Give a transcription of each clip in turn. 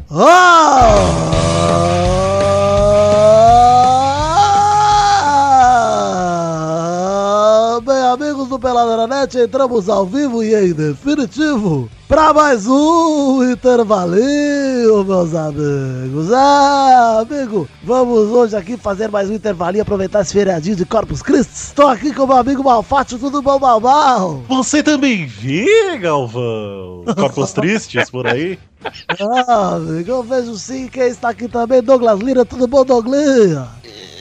Bem, amigos do Peladranet, entramos ao vivo e em definitivo para mais um intervalinho, meus amigos. Amigo, vamos hoje aqui fazer mais um intervalinho, aproveitar esse feriadinho de Corpus Christi. Estou aqui com meu amigo Malfátio, tudo bom, Malmal? Você também vê, Galvão? Corpus Tristes por aí? Amigo, eu vejo sim. Quem está aqui também, Douglas Lira, tudo bom, Douglas?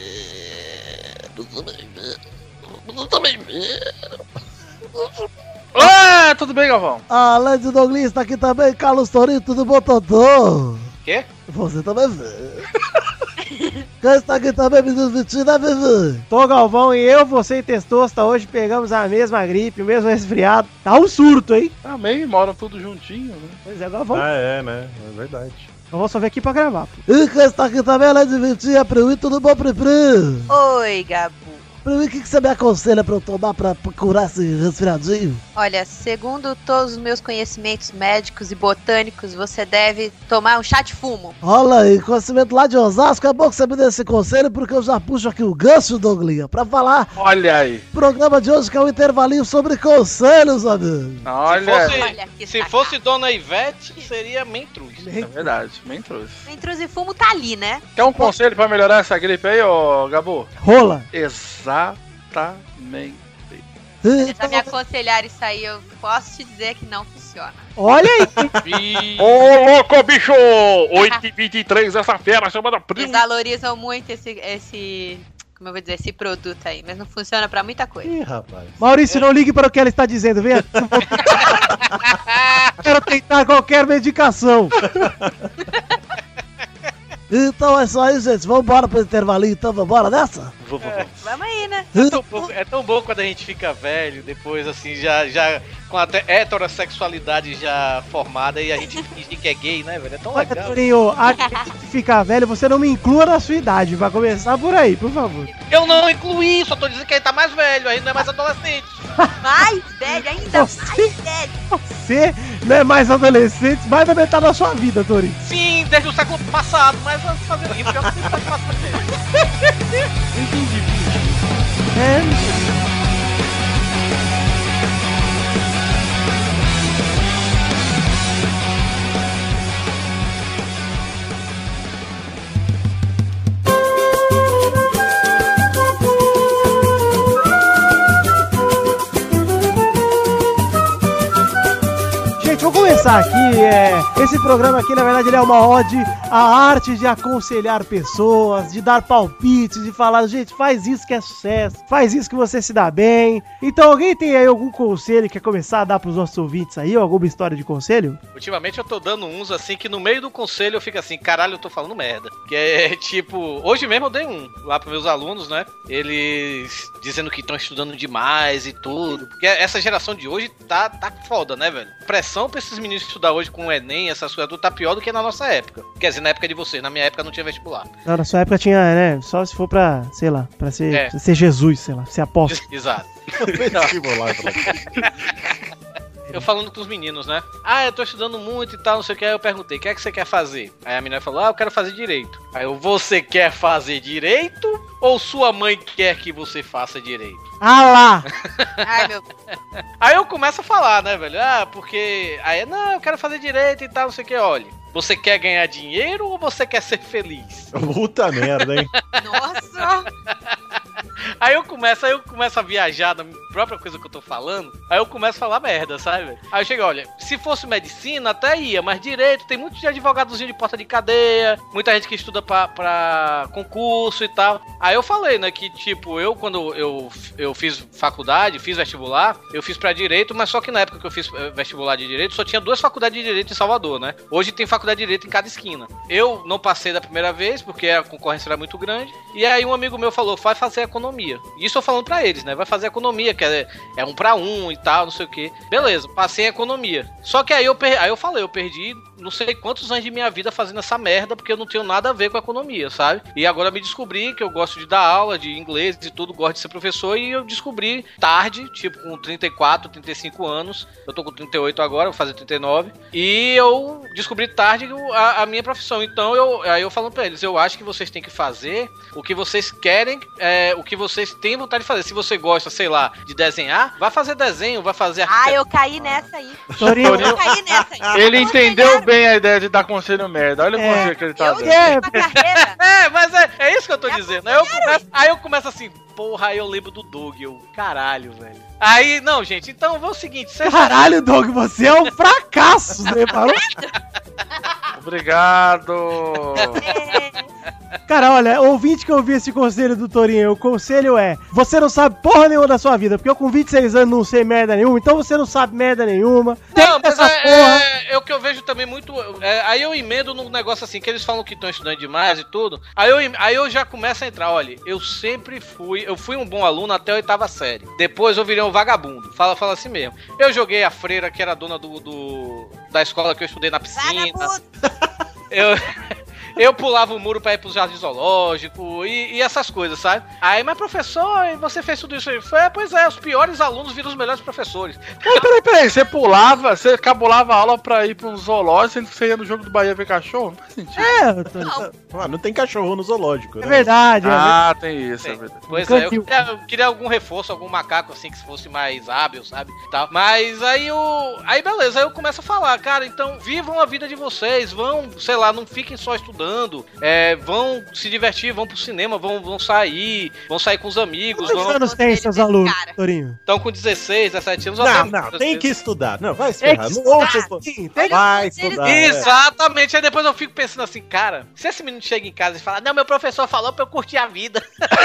Tudo bem, Galvão? Além de Douglas, está aqui também, Carlos Torino, tudo bom, Totô? Quê? Você também vê. Quem está aqui também, menino Vitinho, né, Vivi? Tô, Galvão, e eu, você e Testosta hoje pegamos a mesma gripe, o mesmo resfriado. Tá um surto, hein? Também moram tudo juntinho, né? Pois é, Galvão. Ah, é, né? É verdade. Eu vou só vir aqui pra gravar, pô. E quem está aqui também, além de Vitinho, é Priui, tudo bom, Pri? Oi, Gabu. Priui, o que você me aconselha pra eu tomar pra curar esse resfriadinho? Olha, segundo todos os meus conhecimentos médicos e botânicos, você deve tomar um chá de fumo. Olha aí, conhecimento lá de Osasco, é bom que você me dê esse conselho, porque eu já puxo aqui o gancho, Douglas, pra falar Olha aí. programa de hoje, que é um intervalinho sobre conselhos, amigo. Se fosse Dona Ivete, seria Mentruz. É verdade, Mentruz. Mentruz e fumo tá ali, né? Quer um conselho pra melhorar essa gripe aí, ô Gabu? Rola. Exatamente. Se já me aconselhar isso aí, eu posso te dizer que não funciona. Olha aí. Ô, louco, bicho! 8h23, essa fera chamada Eles valorizam muito esse... Como eu vou dizer, esse produto aí, mas não funciona pra muita coisa. Ih, rapaz. Maurício, não ligue para o que ela está dizendo, venha. Quero tentar qualquer medicação. Então é isso aí, gente. Vambora pro intervalinho, então vambora nessa? Vamos aí, né? É tão bom quando a gente fica velho, depois assim, já com a heterossexualidade já formada e a gente finge que é gay, né, velho? É tão Olha, legal. Torinho, antes de ficar velho, você não me inclua na sua idade. Vai começar por aí, por favor. Eu não incluí, só tô dizendo que ele tá mais velho, aí não é mais adolescente. Mais velho ainda, Você? mais velho. Você não é mais adolescente, mais da metade da sua vida, Torinho. Sim, desde o século passado, mas vamos fazer isso, pior que você pode passar dele. É. Vou começar aqui, esse programa aqui na verdade ele é uma ode à arte de aconselhar pessoas, de dar palpites, de falar, gente, faz isso que é sucesso, faz isso que você se dá bem. Então alguém tem aí algum conselho que quer começar a dar pros nossos ouvintes aí, ou alguma história de conselho? Ultimamente eu tô dando uns assim que no meio do conselho eu fico assim, caralho, eu tô falando merda. Que é tipo, hoje mesmo eu dei um lá pros meus alunos, né? Eles dizendo que estão estudando demais e tudo. Porque essa geração de hoje tá foda, né, velho? Pressão pra esses meninos estudar hoje com o Enem, essas coisas tudo, tá pior do que na nossa época. Quer dizer, na época de vocês, na minha época não tinha vestibular. Não, na sua época tinha, né? Só se for pra, sei lá, pra ser Jesus, sei lá, ser apóstolo. Exato. Vestibular, Eu falando com os meninos, né? Ah, eu tô estudando muito e tal, não sei o que. Aí eu perguntei, o que é que você quer fazer? Aí a menina falou, eu quero fazer direito. Aí eu, você quer fazer direito? Ou sua mãe quer que você faça direito? Ah lá! Ai, meu... Aí eu começo a falar, né, velho? Porque... Aí, não, eu quero fazer direito e tal, não sei o que. Olha, você quer ganhar dinheiro ou você quer ser feliz? Puta merda, hein? Nossa! Aí eu começo a viajar na própria coisa que eu tô falando. Aí eu começo a falar merda, sabe, velho? Aí eu chego, olha, se fosse medicina até ia, mas direito tem muito de advogadozinho de porta de cadeia, muita gente que estuda pra concurso e tal. Aí eu falei, né, que tipo, quando eu fiz faculdade, fiz vestibular, eu fiz pra direito, mas só que na época que eu fiz vestibular de direito, só tinha 2 faculdades de direito em Salvador, né? Hoje tem faculdade de direito em cada esquina. Eu não passei da primeira vez, porque a concorrência era muito grande, e aí um amigo meu falou, vai fazer economia. Isso eu falando pra eles, né? Vai fazer economia, que é 1 para 1 e tal, não sei o que. Beleza, passei em economia. Só que aí eu perdi não sei quantos anos de minha vida fazendo essa merda, porque eu não tenho nada a ver com economia, sabe? E agora me descobri que eu gosto de dar aula de inglês e tudo, gosto de ser professor, e eu descobri tarde, tipo com 34, 35 anos, eu tô com 38 agora, vou fazer 39, e eu descobri tarde a minha profissão. Então aí eu falo pra eles, eu acho que vocês têm que fazer o que vocês querem, o que vocês têm vontade de fazer. Se você gosta, sei lá, de desenhar, vai fazer desenho, vai fazer arquitetura. Eu caí nessa aí. Torinho. Eu caí nessa aí. Ele entendeu bem a ideia de dar conselho merda. Olha o conselho que ele tá dando. Mas é isso que eu tô dizendo. Aí eu começo assim, porra, aí eu lembro do Doug, caralho, velho. Aí, não, gente, então vou o seguinte... Caralho, Doug, você é um fracasso, você reparou? Obrigado. Cara, olha, ouvinte que ouviu esse conselho do Torinho, o conselho é: você não sabe porra nenhuma da sua vida, porque eu com 26 anos não sei merda nenhuma, então você não sabe merda nenhuma. Não, mas é o que eu vejo também muito... aí eu emendo num negócio assim, que eles falam que estão estudando demais e tudo, aí eu já começo a entrar, olha, eu fui um bom aluno até a 8ª série, depois eu virei um vagabundo, fala assim mesmo. Eu joguei a freira, que era dona da escola que eu estudei na piscina. Eu pulava o muro pra ir pro jardim zoológico e essas coisas, sabe? Aí, mas professor, você fez tudo isso aí? Pois é, os piores alunos viram os melhores professores. Peraí, você cabulava a aula pra ir pra um zoológico, sendo que você ia no jogo do Bahia ver cachorro? Não faz sentido. Não tem cachorro no zoológico, né? É verdade. Tem isso, é verdade. Pois é, eu queria algum reforço, algum macaco assim, que fosse mais hábil, sabe? Tal. Mas aí beleza, aí eu começo a falar, cara, então vivam a vida de vocês, vão, sei lá, não fiquem só estudando, vão se divertir, vão pro cinema, vão sair com os amigos. Quantos anos tem seus alunos, Torinho? Estão com 16, 17 anos. Não, tem que estudar. Não, vai se ferrar. Vai estudar. Exatamente, aí depois eu fico pensando assim, cara, se esse menino chega em casa e fala, não, meu professor falou pra eu curtir a vida.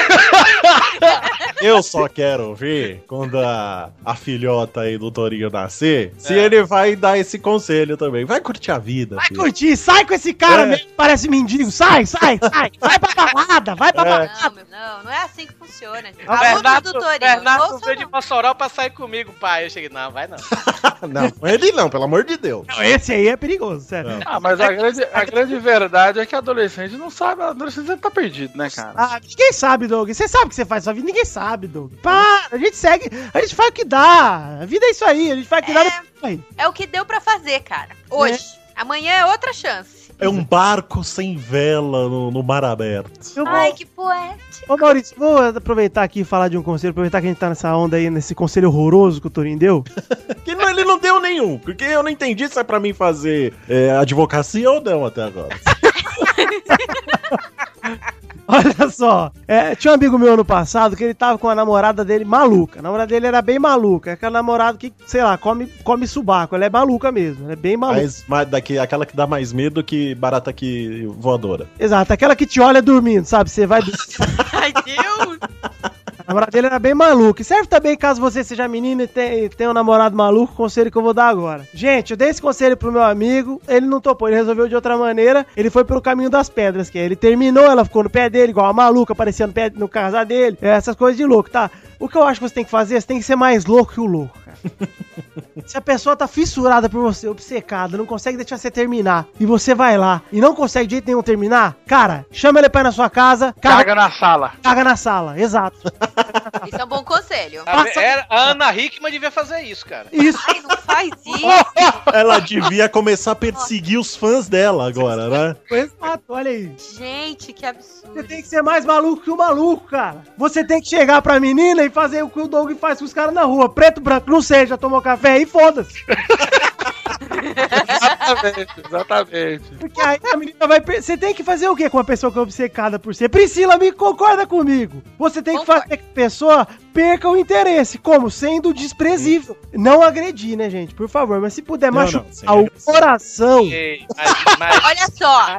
Eu só quero ver quando a filhota aí do Torinho nascer, se ele vai dar esse conselho também. Vai curtir a vida. Vai curtir, sai com esse cara mesmo, parece mendigo, sai. Vai pra balada, Não é assim que funciona. Bernardo veio de Mossoró pra sair comigo, pai. Eu cheguei, não, vai não. Não, ele não, pelo amor de Deus. Não, esse aí é perigoso, sério. Mas a grande verdade é que adolescente não sabe, adolescente sempre tá perdido, né, cara? Ninguém sabe, Doug. Você sabe o que você faz na sua vida, ninguém sabe, Doug. Para, a gente segue, a gente faz o que dá. A vida é isso aí, a gente faz o que dá. É o que deu pra fazer, cara. Hoje. Amanhã é outra chance. É um barco sem vela no mar aberto. Ai, que poético. Ô, Maurício, vou aproveitar aqui e falar de um conselho, aproveitar que a gente tá nessa onda aí, nesse conselho horroroso que o Torinho deu. Que ele não deu nenhum, porque eu não entendi se é pra mim fazer advocacia ou não até agora. Olha só, tinha um amigo meu ano passado que ele tava com a namorada dele maluca. A namorada dele era bem maluca. É aquela namorada que, sei lá, come subaco. Ela é maluca mesmo, ela é bem maluca. Mas aquela que dá mais medo que barata que voadora. Exato, aquela que te olha dormindo, sabe? Você vai... Ai, Deus! A namorada dele era bem maluca. E serve também caso você seja menino e tenha um namorado maluco, o conselho que eu vou dar agora. Gente, eu dei esse conselho pro meu amigo, ele não topou, ele resolveu de outra maneira, ele foi pelo caminho das pedras, que é, ele terminou, ela ficou no pé dele, igual a maluca, aparecia no casar dele, essas coisas de louco, tá? O que eu acho que você tem que fazer, você tem que ser mais louco que o louco, cara. Se a pessoa tá fissurada por você, obcecada, não consegue deixar você terminar, e você vai lá e não consegue de jeito nenhum terminar, cara, chama ele pra ir na sua casa, caga na sala. Caga na sala, exato. Isso é um bom conselho. A Ana Hickman devia fazer isso, cara. Isso. Ai, não faz isso. Ela devia começar a perseguir os fãs dela agora, né? Exato, olha aí. Gente, que absurdo. Você tem que ser mais maluco que o maluco, cara. Você tem que chegar pra menina e fazer o que o Doug faz com os caras na rua. Preto, branco, não sei, já tomou café e foda-se. Exatamente. Porque aí a menina vai... Você tem que fazer o quê com uma pessoa que é obcecada por você? Priscila, me concorda comigo. Você tem que fazer que a pessoa perca o interesse. Como? Sendo desprezível. Não agredir, né, gente? Por favor. Mas se puder machucar o coração... Mas, olha só.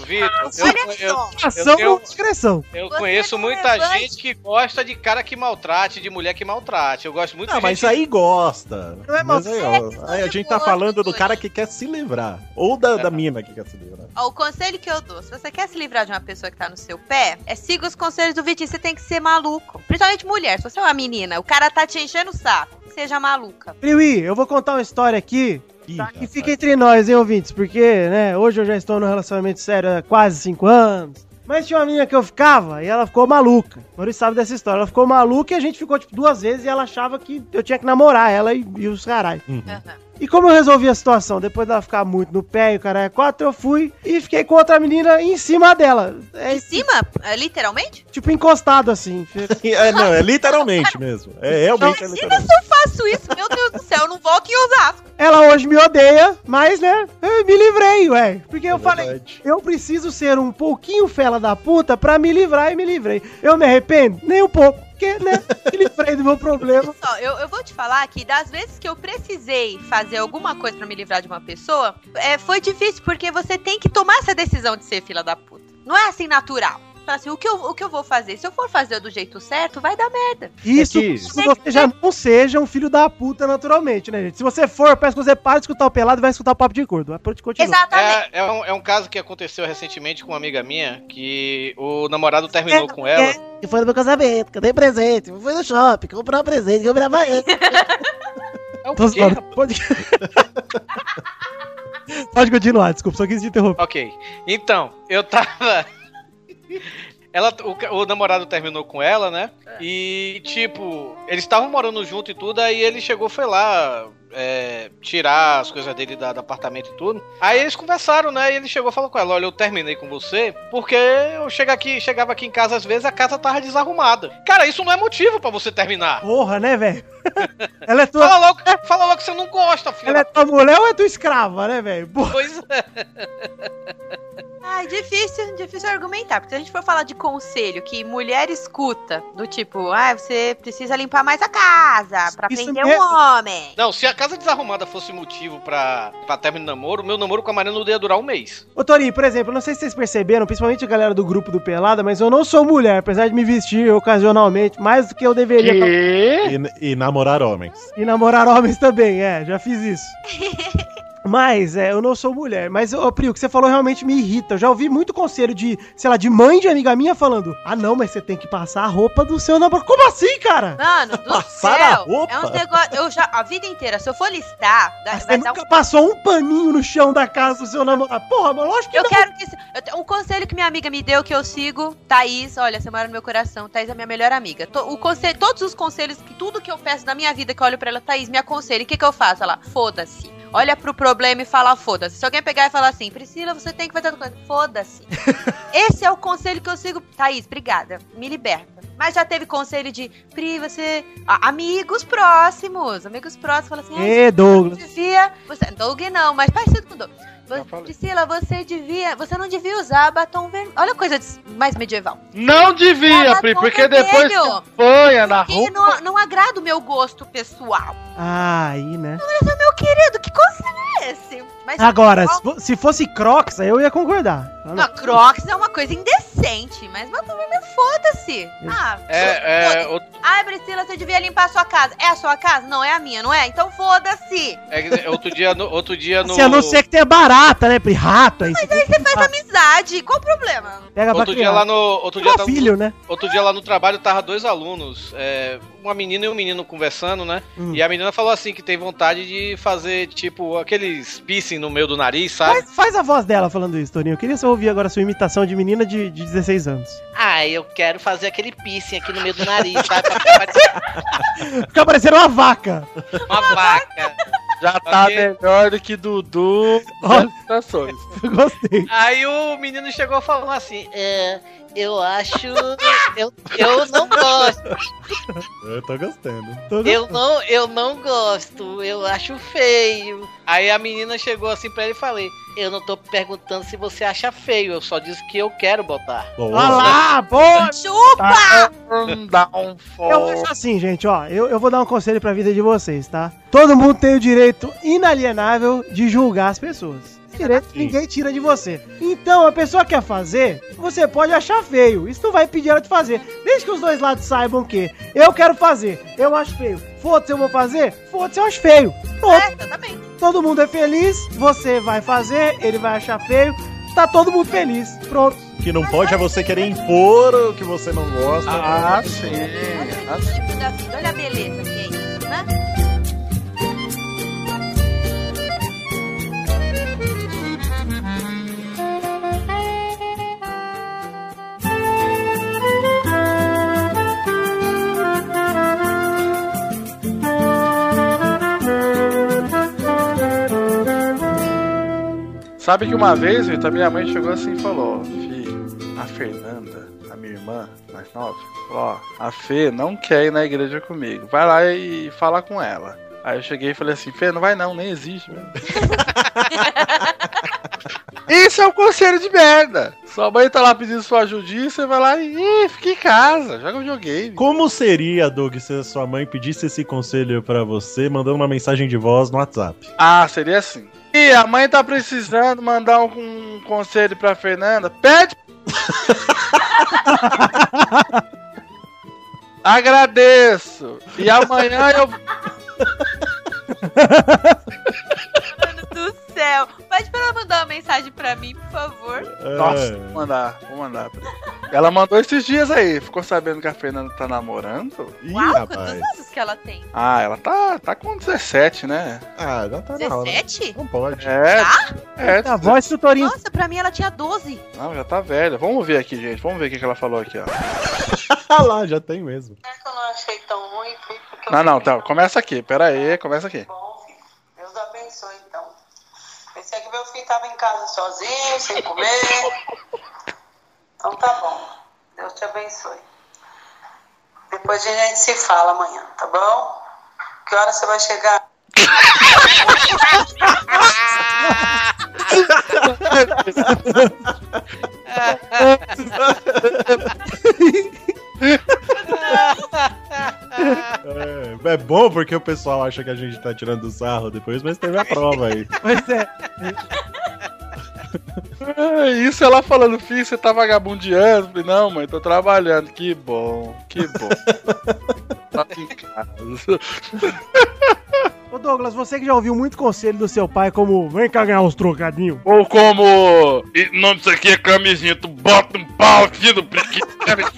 Eu conheço muita gente que gosta de cara que maltrate, de mulher que maltrate. Eu gosto muito de mas gente... aí gosta. Não é mas aí a gente tá falando do cara que quer se livrar. livrar. Ou da mina que quer se livrar. Ó, o conselho que eu dou, se você quer se livrar de uma pessoa que tá no seu pé, siga os conselhos do Vitinho, você tem que ser maluco. Principalmente mulher, se você é uma menina, o cara tá te enchendo o saco, seja maluca. Priui, eu vou contar uma história aqui, Ih, que fica entre nós, hein, ouvintes, porque, né, hoje eu já estou num relacionamento sério há quase 5 anos. Mas tinha uma menina que eu ficava e ela ficou maluca. O Maurício sabe dessa história. Ela ficou maluca e a gente ficou, tipo, 2 vezes e ela achava que eu tinha que namorar ela e os caralho. E como eu resolvi a situação? Depois dela ficar muito no pé e o caralho 4, eu fui e fiquei com outra menina em cima dela. Em cima? Literalmente? Tipo, encostado assim. Não, é literalmente mesmo. Realmente é Imagina literalmente. se eu faço isso, meu Deus do céu, eu não volto em Osasco. Ela hoje me odeia, mas, né, eu me livrei, ué. Porque eu falei, verdade. eu preciso ser um pouquinho fela da puta pra me livrar e me livrei. Eu me arrependo? Nem um pouco. Porque, né, me livrei do meu problema. Só, eu vou te falar que das vezes que eu precisei fazer alguma coisa pra me livrar de uma pessoa, foi difícil, porque você tem que tomar essa decisão de ser filha da puta. Não é assim natural. Fala assim, o que eu vou fazer? Se eu for fazer do jeito certo, vai dar merda. Isso se você já não seja um filho da puta naturalmente, né, gente? Se você for, eu peço que você pare de escutar o pelado e vai escutar o papo de gordo. Vai por continuar. Exatamente. É um caso que aconteceu recentemente com uma amiga minha, que o namorado terminou com ela. Que foi no meu casamento, que eu dei presente. Fui no shopping, comprei um presente, que eu virava ele. É o Tô quê, zoando. rapaz? Pode continuar, desculpa, só quis te interromper. Ok, então, eu tava... O namorado terminou com ela, né? E, tipo, eles estavam morando junto e tudo, aí ele chegou, foi lá tirar as coisas dele do apartamento e tudo. Aí eles conversaram, né? E ele chegou e falou com ela, olha, eu terminei com você porque eu chegava aqui em casa às vezes, a casa tava desarrumada. Cara, isso não é motivo pra você terminar. Porra, né, velho? Ela é tua... Fala logo que você não gosta, filho. Ela é tua mulher ou é tua escrava, né, velho? Pois é. Ai, difícil argumentar, porque se a gente for falar de conselho que mulher escuta, do tipo, você precisa limpar mais a casa pra Isso prender mesmo. um homem. Não, se a casa desarrumada fosse motivo pra término do namoro, meu namoro com a Mariana não ia durar um mês. Ô, Torinho, por exemplo, não sei se vocês perceberam, principalmente a galera do grupo do Pelada, mas eu não sou mulher, apesar de me vestir ocasionalmente, mais do que eu deveria. E namorar homens. E namorar homens também, já fiz isso. Mas, eu não sou mulher. Mas, ô, Pri, o que você falou realmente me irrita. Eu já ouvi muito conselho de, sei lá, de mãe de amiga minha falando, não, mas você tem que passar a roupa do seu namorado. Como assim, cara? Mano, do Passar céu, a roupa? é uns negócios, a vida inteira, se eu for listar, Você vai dar nunca passou um paninho no chão da casa do seu namorado. Porra, mas lógico que Eu não. quero que... Um conselho que minha amiga me deu, que eu sigo, Thaís, olha, você mora no meu coração, Thaís é minha melhor amiga. Todos os conselhos, tudo que eu peço na minha vida, que eu olho pra ela, Thaís, me aconselha. E o que eu faço? Ela, foda-se. Olha pro problema e fala, foda-se. Se alguém pegar e falar assim, Priscila, você tem que fazer outra coisa, foda-se. Esse é o conselho que eu sigo. Thaís, obrigada, me liberta. Mas já teve conselho de, Pri, você... amigos próximos, falam assim... Douglas. Doug não, mas parecido com o Doug. Priscila, você não devia usar batom vermelho. Olha a coisa mais medieval. Não devia, Pri, porque depois que apanha na Porque rua... não agrada o meu gosto pessoal. Aí, né? Mas, meu querido, que conselho é esse? Mas, Agora, se fosse Crocs, aí eu ia concordar. Não, Crocs é uma coisa indecente, mas batom vermelho, foda-se. Ai, Priscila, você devia limpar a sua casa. É a sua casa? Não, é a minha, não é? Então foda-se. Outro dia no... Se a não ser que tenha barata, né, Pri? Rato aí. Mas aí você faz amizade, qual o problema? Pega pra Outro dia criar. lá no... filho, né? Outro dia lá no trabalho tava 2 alunos, uma menina e um menino conversando, né? E a menina falou assim que tem vontade de fazer, tipo, aqueles piercing no meio do nariz, sabe? Faz a voz dela falando isso, Torinho. Eu queria só ouvir agora a sua imitação de menina de 16 anos. Eu quero fazer aquele piercing aqui no meio do nariz, sabe? Fica parecendo uma vaca. Uma vaca. Já tá melhor do que Dudu nas estações. Eu gostei. Aí o menino chegou falando assim, eu acho... Eu não gosto. Eu tô gostando. Eu não gosto. Eu acho feio. Aí a menina chegou assim pra ele e falei, eu não tô perguntando se você acha feio, eu só disse que eu quero botar. Olha lá, boa! Chupa! Eu acho assim, gente, ó, eu vou dar um conselho pra vida de vocês, tá? Todo mundo tem o direito inalienável de julgar as pessoas. Direito que ninguém tira de você. Então, a pessoa quer fazer, você pode achar feio. Isso não vai impedir ela de fazer. Desde que os dois lados saibam que eu quero fazer, eu acho feio. Foda-se, eu vou fazer? Foda-se, eu acho feio. Pronto. Exatamente. todo mundo é feliz, você vai fazer, ele vai achar feio, tá todo mundo feliz. Pronto. O que não pode é você querer impor o que você não gosta. Ah, sim. Olha o tipo da vida, olha a beleza que é isso, né? Sabe que uma vez, Vitor, a minha mãe chegou assim e falou: Fih, a Fernanda, a minha irmã mais nova, falou: ó, a Fê não quer ir na igreja comigo, vai lá e fala com ela. Aí eu cheguei e falei assim: Fê, não vai não, nem existe mesmo. Isso é um conselho de merda. Sua mãe tá lá pedindo sua ajudinha, você vai lá e fica em casa, joga videogame. Como seria, Doug, se a sua mãe pedisse esse conselho pra você, mandando uma mensagem de voz no WhatsApp? Ah, seria assim. E a mãe tá precisando mandar um conselho pra Fernanda, pede. Agradeço. E amanhã eu... Mano do céu. Pede pra ela mandar uma mensagem pra mim, por favor. Nossa, vou mandar. Ela mandou esses dias aí. Ficou sabendo que a Fernanda tá namorando? Ih, Uau, rapaz. quantos anos que ela tem? Ah, ela tá com 17, né? Ah, já tá na hora. 17? Não pode. A voz do Torinho. Nossa, pra mim ela tinha 12. Não, já tá velha. Vamos ver aqui, gente. Vamos ver o que ela falou aqui, ó. Ah lá, já tem mesmo. Eu não achei tão ruim, porque Não, tá. Começa aqui. Pera aí, começa aqui. bom, filho. Deus abençoe, então. Pensei que meu filho tava em casa sozinho, sem comer. Então tá bom. Deus te abençoe. Depois a gente se fala amanhã, tá bom? Que hora você vai chegar? É bom porque o pessoal acha que a gente tá tirando sarro depois, mas teve a prova aí. Pois é. Isso ela falando, filho, você tá vagabundeando? Falei, não, mãe, tô trabalhando. Que bom, que bom. Tá em casa. Ô Douglas, você que já ouviu muito conselho do seu pai, como vem cá ganhar uns trocadinhos. Ou como, não sei o que, camisinha, tu bota um pau aqui no brinquedo.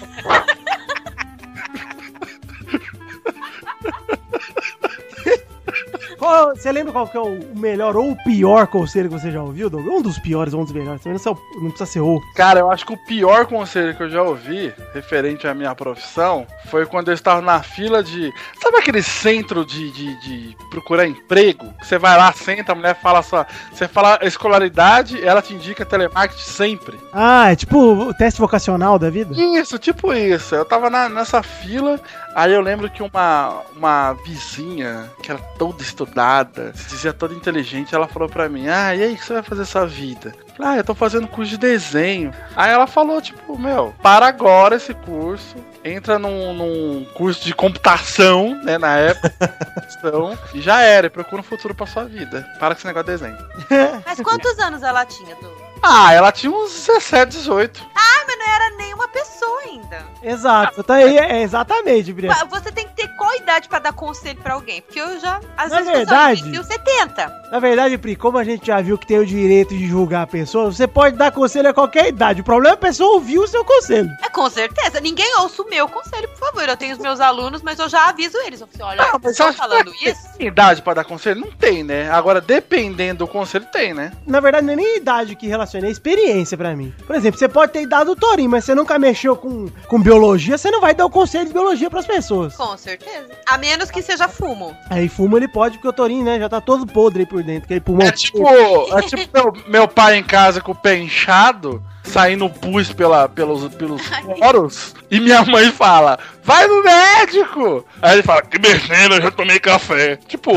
Você lembra qual que é o melhor ou o pior conselho que você já ouviu, Douglas? Um dos piores ou um dos melhores. Também não precisa ser o. Cara, eu acho que o pior conselho que eu já ouvi, referente à minha profissão, foi quando eu estava na fila de... Sabe aquele centro de procurar emprego? Você vai lá, senta, a mulher fala só... Você fala a escolaridade, ela te indica telemarketing sempre. Ah, é tipo o teste vocacional da vida? Isso, tipo isso. Eu tava nessa fila, aí eu lembro que uma vizinha, que era toda estudada, se dizia toda inteligente, ela falou pra mim, e aí, o que você vai fazer essa vida? Eu tô fazendo curso de desenho. Aí ela falou, tipo, para agora esse curso, entra num curso de computação, né, na época, e já era, procura um futuro pra sua vida. Para com esse negócio de desenho. Mas quantos anos ela tinha, Douglas? Ela tinha uns 17, 18. Mas não era nenhuma pessoa ainda. Exato, tá aí, exatamente, Bria. Você tem que ter qual idade pra dar conselho pra alguém? Porque eu já, às Na vezes, verdade- eu 70. Na verdade, Pri, como a gente já viu que tem o direito de julgar a pessoa, você pode dar conselho a qualquer idade. O problema é a pessoa ouvir o seu conselho. É, com certeza. Ninguém ouça o meu conselho, por favor. Eu tenho os meus alunos, mas eu já aviso eles. Eu falo assim, olha, mas estão eu acho falando que isso? tem idade pra dar conselho? Não tem, né? Agora, dependendo do conselho, tem, né? Na verdade, não é nem idade que relaciona, é experiência pra mim. Por exemplo, você pode ter idade do Torinho, mas você nunca mexeu com biologia, você não vai dar o conselho de biologia pras pessoas. Com certeza. A menos que seja fumo. Aí fumo ele pode, porque o Torinho, né, já tá todo podre aí por dentro, aquele pulmão. É tipo meu pai em casa com o pé inchado, saindo pus pelos poros, e minha mãe fala, vai no médico! Aí ele fala, que besteira, eu já tomei café. Tipo...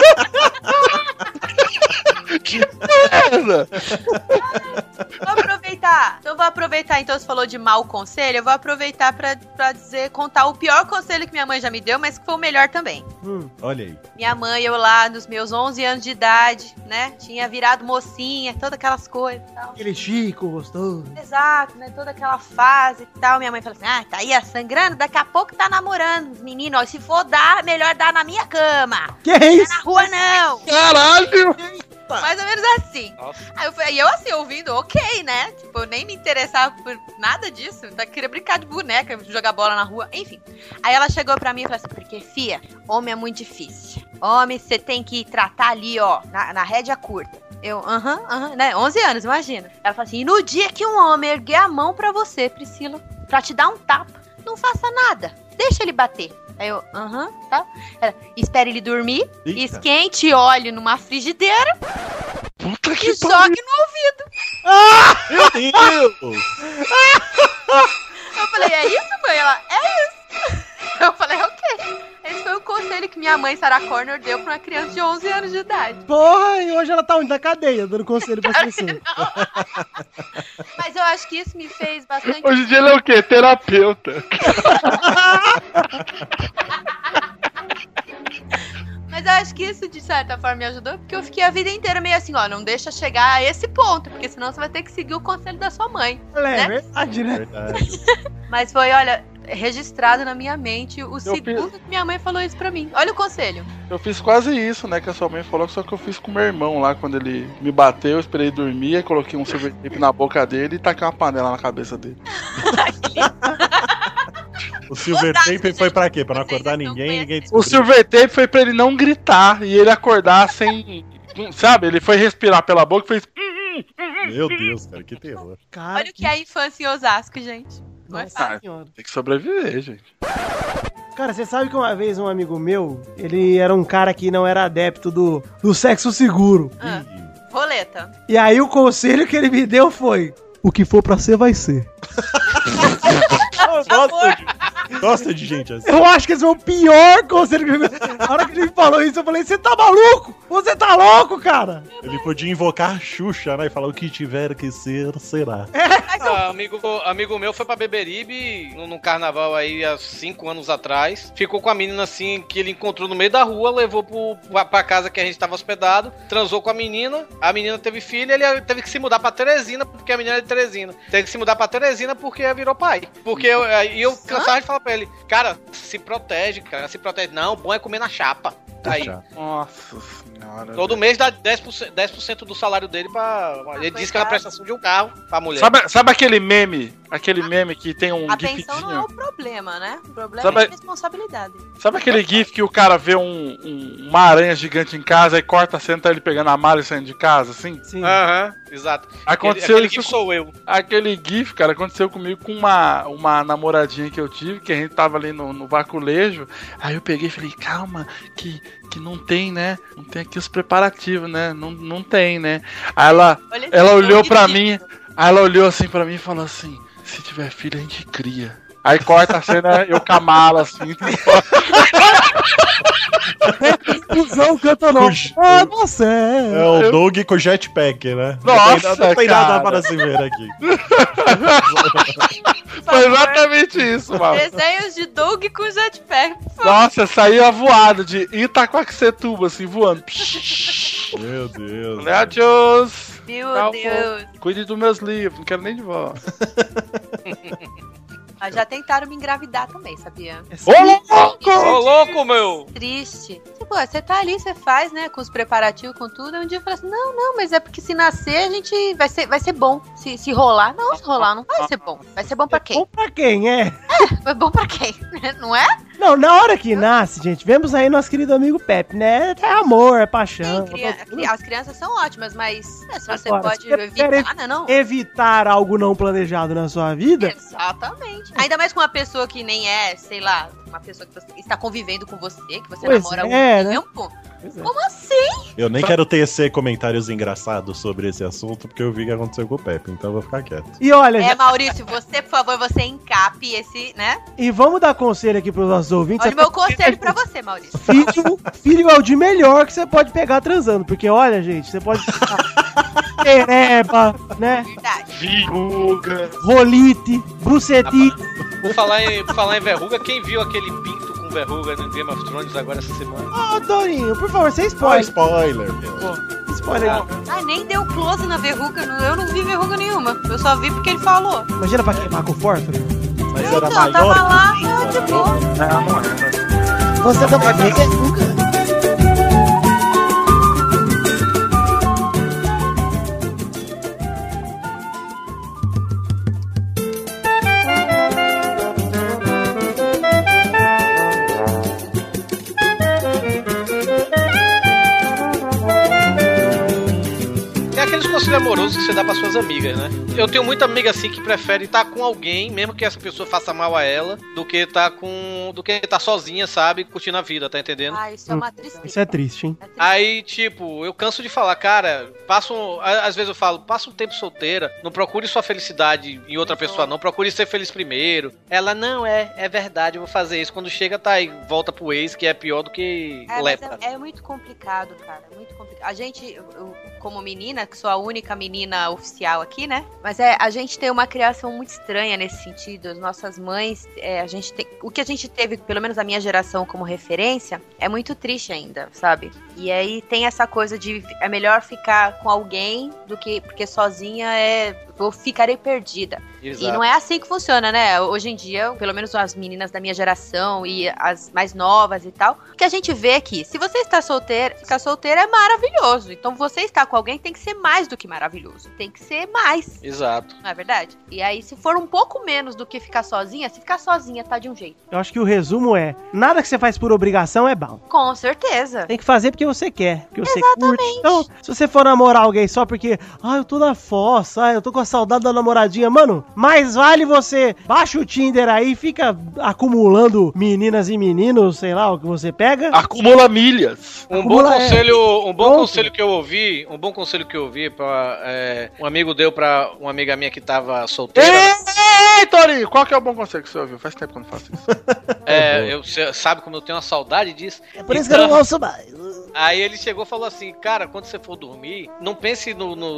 que merda! Vou aproveitar aproveitar, então você falou de mau conselho, eu vou aproveitar pra contar o pior conselho que minha mãe já me deu, mas que foi o melhor também. Olha aí. Minha mãe, eu lá nos meus 11 anos de idade, né, tinha virado mocinha, todas aquelas coisas e tal. Aquele Chico gostoso. Exato, né, toda aquela fase e tal. Minha mãe falou assim, tá aí sangrando, daqui a pouco tá namorando os meninos, ó, se for dar, melhor dar na minha cama. Que é isso? Não é na rua, não. Caralho! Mais ou menos assim. Aí eu assim, ouvindo, ok, né? Tipo, eu nem me interessava por nada disso. Eu queria brincar de boneca, jogar bola na rua, enfim. Aí ela chegou pra mim e falou assim, porque, fia, homem é muito difícil. Homem, você tem que tratar ali, ó, na rédea curta. Eu, né? 11 anos, imagina. Ela falou assim, e no dia que um homem erguer a mão pra você, Priscila, pra te dar um tapa, não faça nada. Deixa ele bater. Aí eu, tá. Ela, espere ele dormir, esquente óleo numa frigideira. Puta que e jogue no ouvido. Meu Deus! Eu falei, é isso, mãe? Ela, é isso. Eu falei, ok. Esse foi o conselho que minha mãe, Sarah Connor, deu pra uma criança de 11 anos de idade. Porra, e hoje ela tá onde? Na cadeia, dando conselho pra pessoas. Mas eu acho que isso me fez bastante... Hoje em dia ele é o quê? Terapeuta. Mas eu acho que isso, de certa forma, me ajudou, porque eu fiquei a vida inteira meio assim, ó, não deixa chegar a esse ponto, porque senão você vai ter que seguir o conselho da sua mãe. É verdade, né? Verdade. Mas foi, olha, registrado na minha mente o segundo que minha mãe falou isso pra mim. Olha o conselho. Eu fiz quase isso, né, que a sua mãe falou, só que eu fiz com o meu irmão lá, quando ele me bateu, eu esperei dormir, aí coloquei um silver tape na boca dele e taquei uma panela na cabeça dele. O silver tape foi pra quê? Pra não acordar ninguém? Ninguém descobriu. O silver tape foi pra ele não gritar e ele acordar sem... Sabe, ele foi respirar pela boca e fez... Meu Deus, cara, que terror. Cara, Olha o que é infância em Osasco, gente. Não é fácil. senhora. Tem que sobreviver, gente. Cara, você sabe que uma vez um amigo meu, ele era um cara que não era adepto do sexo seguro. Roleta. E aí o conselho que ele me deu foi: o que for pra ser, vai ser. Gosta de gente assim. Eu acho que esse foi o pior conselho que ele me deu. Na hora que ele me falou isso, eu falei: você tá maluco? Você tá louco, cara? Ele podia invocar Xuxa, né? E falar o que tiver que ser, será. Amigo meu foi pra Beberibe num carnaval aí há 5 anos atrás. Ficou com a menina assim que ele encontrou no meio da rua, levou pra casa que a gente tava hospedado, transou com a menina teve filho e ele teve que se mudar pra Teresina, porque a menina é de Teresina. Teve que se mudar pra Teresina porque virou pai. Porque eu cansava de falar pra ele, cara, se protege, cara, se protege. Não, bom é comer na chapa. Aí. Nossa senhora. Todo mês dá 10% do salário dele pra... Ele disse que é uma prestação de um carro pra mulher. Sabe aquele meme? Aquele meme que tem um A gifzinho? pensão não é o problema, né? O problema é a responsabilidade. Sabe aquele gif que o cara vê uma aranha gigante em casa e corta a cena, tá ele pegando a mala e saindo de casa, assim? Sim. Aham, exato. Aconteceu aquele isso gif sou eu. Aquele gif, cara, aconteceu comigo com uma namoradinha que eu tive, que a gente tava ali no vaculejo. Aí eu peguei e falei, calma, que não tem, né? Não tem aqui os preparativos, né? Não tem, né? Aí ela olhou pra mim, aí ela olhou assim pra mim e falou assim: se tiver filho, a gente cria. Aí corta a cena, eu com a mala, assim. Inclusão canta não. Ah, você é o Doug com jetpack, né? Nossa, não tem nada cara. para se ver aqui. Foi exatamente isso, mano. Desenhos de Doug com jetpack. Nossa, saiu voado de Itaquaquecetuba, assim, voando. Meu Deus. Adiós. Meu Deus. Cuide dos meus livros, não quero nem de volta. Mas já tentaram me engravidar também, sabia? Ô, louco, meu! Triste. Tipo, você tá ali, você faz, né, com os preparativos, com tudo, aí um dia eu falei assim, não, mas é porque se nascer, a gente vai ser bom. Se rolar, não, se rolar não vai ser bom. Vai ser bom pra quem? Bom pra quem, é? É bom pra quem, não é? Não, na hora que nasce, gente, vemos aí nosso querido amigo Pepe, né? É amor, é paixão. Sim, as crianças são ótimas, mas se você Agora, pode você evitar, né, não? Evitar algo não planejado na sua vida? Exatamente. Ainda mais com uma pessoa que nem é, sei lá, uma pessoa que você está convivendo com você, que você Pois namora há é, um né? tempo. Pois é. Como assim? Eu nem quero tecer comentários engraçados sobre esse assunto, porque eu vi o que aconteceu com o Pepe, então eu vou ficar quieto. E olha, Maurício, você, por favor, você encape esse, né? e vamos dar conselho aqui pros nossos ouvintes. Olha o meu conselho pra você, Maurício. Filho é o de melhor que você pode pegar transando. Porque, olha, gente, você pode pereba, né? Verdade. Viruga. Rolite, brucetite. Por falar em verruga, quem viu aquele pinto com verruga no Game of Thrones agora essa semana? Ô, Dorinho, por favor, sem Spoiler, spoiler. meu. Spoiler aí. Nem deu close na verruga. Eu não vi verruga nenhuma. Eu só vi porque ele falou. Imagina pra queimar com força. Mas Então, era tava maior. lá, de boa. Não era. Você não vai ver verruga? É aqueles conselhos amorosos que você dá para suas amigas, né? Eu tenho muita amiga assim que prefere estar com alguém, mesmo que essa pessoa faça mal a ela, do que estar sozinha, sabe, curtindo a vida, tá entendendo? Isso é uma tristeza. Isso é triste, hein? Aí, tipo, eu canso de falar, cara, às vezes eu falo, passa um tempo solteira, não procure sua felicidade em outra pessoa, não, procure ser feliz primeiro. Ela, não, é verdade, eu vou fazer isso. Quando chega, tá aí, volta pro ex, que é pior do que lepra. É muito complicado, cara, muito complicado. A gente, eu, como menina, que sou a única menina oficial aqui, né? Mas a gente tem uma criação muito estranha nesse sentido. As nossas mães, o que a gente teve, pelo menos a minha geração como referência, é muito triste ainda, sabe? E aí tem essa coisa de é melhor ficar com alguém do que porque sozinha eu ficarei perdida. Exato. E não é assim que funciona, né? Hoje em dia, pelo menos as meninas da minha geração e as mais novas e tal, o que a gente vê aqui, se você está solteira, ficar solteira é maravilhoso. Então você estar com alguém tem que ser mais do que maravilhoso. Tem que ser mais. Exato. Não é verdade? E aí, se for um pouco menos do que ficar sozinha, se ficar sozinha tá de um jeito. Eu acho que o resumo é, nada que você faz por obrigação é bom. Com certeza. Tem que fazer porque você quer, porque você curte. Então, se você for namorar alguém só porque, eu tô na fossa, eu tô com a saudade da namoradinha, mano, mais vale você baixa o Tinder aí, fica acumulando meninas e meninos, sei lá, o que você pega. Acumula milhas. Um bom conselho que eu ouvi para um amigo deu pra uma amiga minha que tava solteira. Ei, Torinho, qual que é o bom conselho que você ouviu? Faz tempo que eu não faço isso. Sabe como eu tenho uma saudade disso? É por isso que eu não ouço mais. Aí ele chegou e falou assim, cara, quando você for dormir, não pense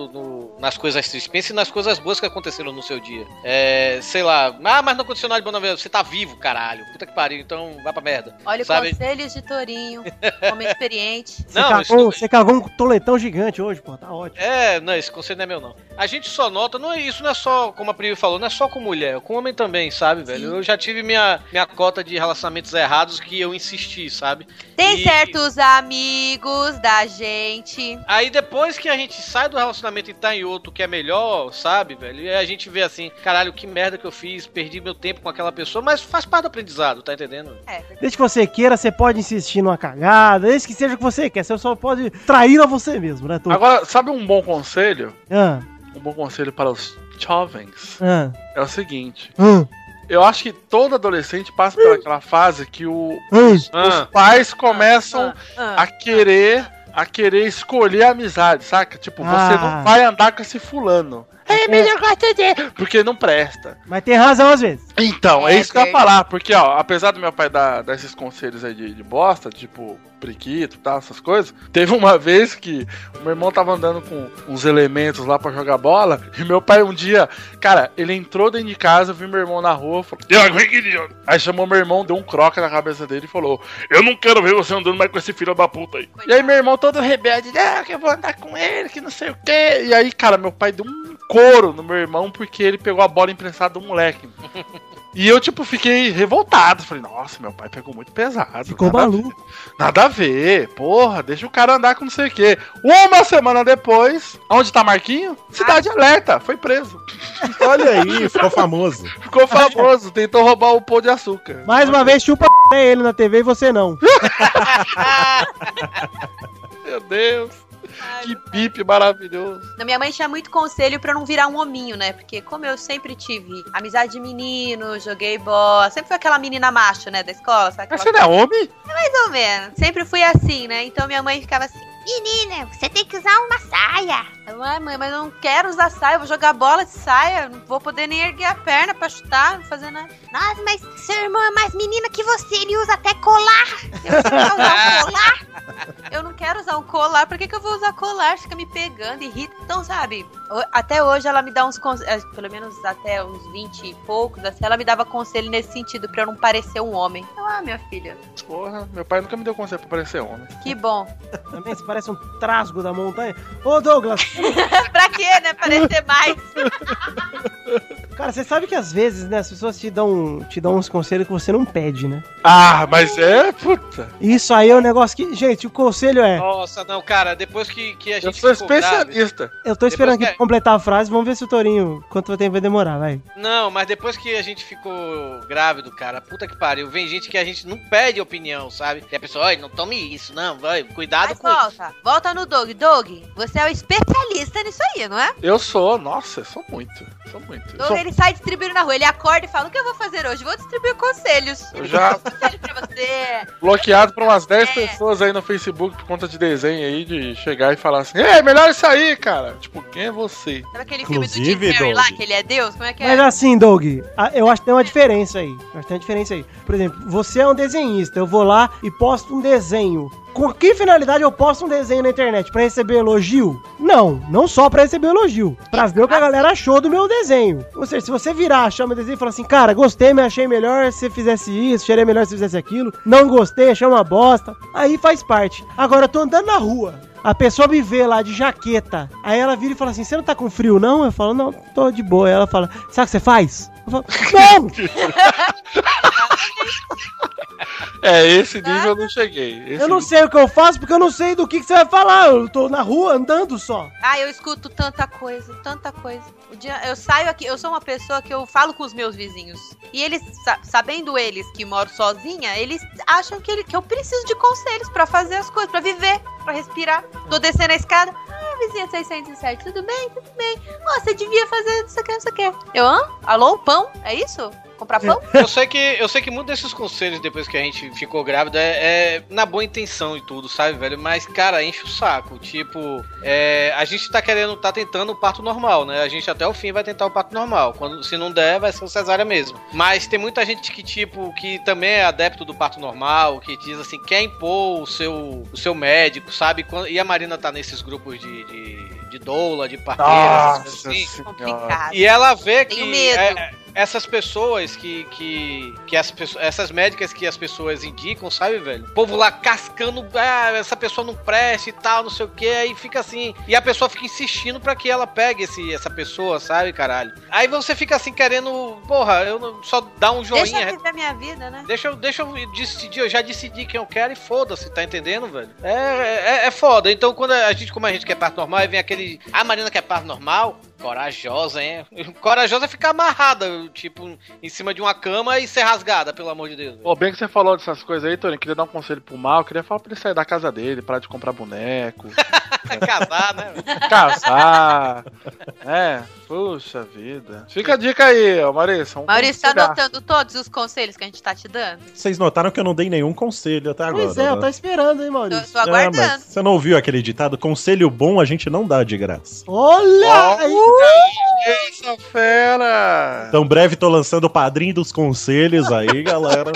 nas coisas tristes, pense nas coisas boas que aconteceram no seu dia. Sei lá, mas não aconteceu nada de bom na vida, você tá vivo, caralho, puta que pariu, então vai pra merda. Olha, sabe? Conselhos de Torinho, homem experiente. Você cagou um toletão gigante hoje, pô, tá ótimo. Não, esse conselho não é meu, não. A gente só nota, isso não é só, como a Pri falou, não é só com mulher, com homem também, sabe, velho? Sim. Eu já tive minha cota de relacionamentos errados que eu insisti, sabe? Tem certos amigos da gente. Aí depois que a gente sai do relacionamento e tá em outro que é melhor, sabe, velho? E a gente vê assim, caralho, que merda que eu fiz, perdi meu tempo com aquela pessoa, mas faz parte do aprendizado, tá entendendo? Desde que você queira, você pode insistir numa cagada, desde que seja o que você quer, você só pode trair a você mesmo, né, Tom? Agora, sabe um bom conselho? Um bom conselho para os jovens é o seguinte. Eu acho que todo adolescente passa por aquela fase que os pais começam a querer escolher a amizade, saca? Tipo, você não vai andar com esse fulano. Mas eu gosto dele. Porque não presta. Mas tem razão às vezes. Então, é isso que eu ia falar. Porque, apesar do meu pai dar esses conselhos aí de bosta, tipo, priquito e tal, essas coisas, teve uma vez que o meu irmão tava andando com uns elementos lá pra jogar bola, e meu pai um dia, cara, ele entrou dentro de casa, viu meu irmão na rua, falou, aí chamou meu irmão, deu um croque na cabeça dele e falou, eu não quero ver você andando mais com esse filho da puta aí. E aí meu irmão todo rebelde, que eu vou andar com ele, que não sei o quê. E aí, cara, meu pai deu um couro no meu irmão porque ele pegou a bola emprestada do moleque. E eu, tipo, fiquei revoltado. Falei, nossa, meu pai pegou muito pesado. Ficou maluco. Nada a ver. Porra, deixa o cara andar com não sei o quê. Uma semana depois, onde tá Marquinho? Cidade Alerta. Foi preso. Olha aí, ficou famoso. Ficou famoso. Tentou roubar o pão de açúcar. Mais uma vez, chupa ele na TV e você não. Meu Deus. Que pipe maravilhoso. Minha mãe tinha muito conselho pra não virar um hominho, né? Porque como eu sempre tive amizade de menino, joguei bola, sempre fui aquela menina macho, né, da escola. Sabe? Mas você não é homem? Mais ou menos. Sempre fui assim, né? Então minha mãe ficava assim, menina, você tem que usar uma saia. Mãe, mas eu não quero usar saia, eu vou jogar bola de saia, não vou poder nem erguer a perna pra chutar, não fazer nada. Nossa, mas seu irmão é mais menina que você, ele usa até colar. Você quer usar um colar? Eu não quero usar um colar, por que eu vou usar colar? Fica me pegando, irrita. Então, sabe, até hoje ela me dá uns conselhos, pelo menos até uns 20 e poucos, assim, ela me dava conselho nesse sentido, pra eu não parecer um homem. Minha filha. Porra, meu pai nunca me deu conselho pra parecer homem. Que bom. Também você parece um trasgo da montanha. Ô, Douglas! Pra quê, né? Parecer mais. Cara, você sabe que às vezes, né, as pessoas te dão uns conselhos que você não pede, né? Ah, mas puta. Isso aí é um negócio que... Gente, o conselho é... Nossa, não, cara, depois que a gente... Eu sou especialista. Eu tô esperando aqui completar a frase, vamos ver se o Torinho, quanto tempo vai demorar, vai. Não, mas depois que a gente ficou grávido, cara, puta que pariu, vem gente que a gente não pede opinião, sabe? E a pessoa, olha, não tome isso, não, vai, cuidado com isso. Volta no Doug. Doug, você é o especialista nisso aí, não é? Eu sou, nossa, sou muito. Doug, ele sai distribuindo na rua, ele acorda e fala, o que eu vou fazer hoje? Vou distribuir conselhos. Eu já... Conselho pra você. Bloqueado por umas 10 pessoas aí no Facebook por conta de desenho aí, de chegar e falar assim, melhor isso aí, cara. Tipo, quem é você? Sabe aquele filme do Jim Carrey lá, que ele é Deus? Como é que é? Mas assim, Doug, eu acho que tem uma diferença aí. Por exemplo, você é um desenhista, eu vou lá e posto um desenho. Com que finalidade eu posto um desenho na internet? Pra receber elogio? Não só pra receber elogio. Pra ver o que a galera achou do meu desenho. Ou seja, se você virar, chama o desenho e fala assim, cara, gostei, me achei melhor se você fizesse isso, achei melhor se você fizesse aquilo, não gostei, achei uma bosta. Aí faz parte. Agora, eu tô andando na rua, a pessoa me vê lá de jaqueta, aí ela vira e fala assim, você não tá com frio não? Eu falo, não, tô de boa. Aí ela fala, sabe o que você faz? Eu falo, não! Esse nível eu não cheguei. Eu não sei o que eu faço porque eu não sei do que você vai falar. Eu tô na rua andando só. Eu escuto tanta coisa. Eu saio aqui, eu sou uma pessoa que eu falo com os meus vizinhos. E eles, sabendo eles que moro sozinha, eles acham que eu preciso de conselhos pra fazer as coisas, pra viver, pra respirar. Tô descendo a escada. Vizinha 607, tudo bem? Você devia fazer não sei o que. Alô, pão? É isso? Comprar pão? Eu sei que muitos desses conselhos, depois que a gente ficou grávida, é na boa intenção e tudo, sabe, velho? Mas, cara, enche o saco. Tipo, a gente tá tentando o parto normal, né? A gente até o fim vai tentar o parto normal. Se não der, vai ser o cesárea mesmo. Mas tem muita gente que também é adepto do parto normal, que diz assim, quer impor o seu médico, sabe? E a Marina tá nesses grupos de doula, de parteiras, assim. Complicado. E ela vê que... Tenho medo. Essas pessoas essas médicas que as pessoas indicam, sabe, velho? O povo lá cascando, essa pessoa não presta e tal, não sei o que, aí fica assim, e a pessoa fica insistindo pra que ela pegue essa pessoa, sabe, caralho? Aí você fica assim querendo, porra, eu só dar um joinha. Deixa eu viver a minha vida, né? Deixa eu decidir, eu já decidi quem eu quero e foda-se, tá entendendo, velho? É foda. Então, como a gente quer parto normal, aí vem aquele, a Marina quer parto normal, corajosa, hein? Corajosa é ficar amarrada, tipo, em cima de uma cama e ser rasgada, pelo amor de Deus. Bem que você falou dessas coisas aí, Tony, queria dar um conselho pro Mal, queria falar pra ele sair da casa dele, parar de comprar boneco. Casar, né? Casar. Puxa vida. Fica a dica aí, Maurício. Maurício, tá anotando todos os conselhos que a gente tá te dando? Vocês notaram que eu não dei nenhum conselho até agora. Pois eu tô esperando, hein, Maurício. Tô aguardando. Mas você não ouviu aquele ditado? Conselho bom a gente não dá de graça. Olha aí! Essa fera! Então, breve tô lançando o padrinho dos conselhos aí, galera.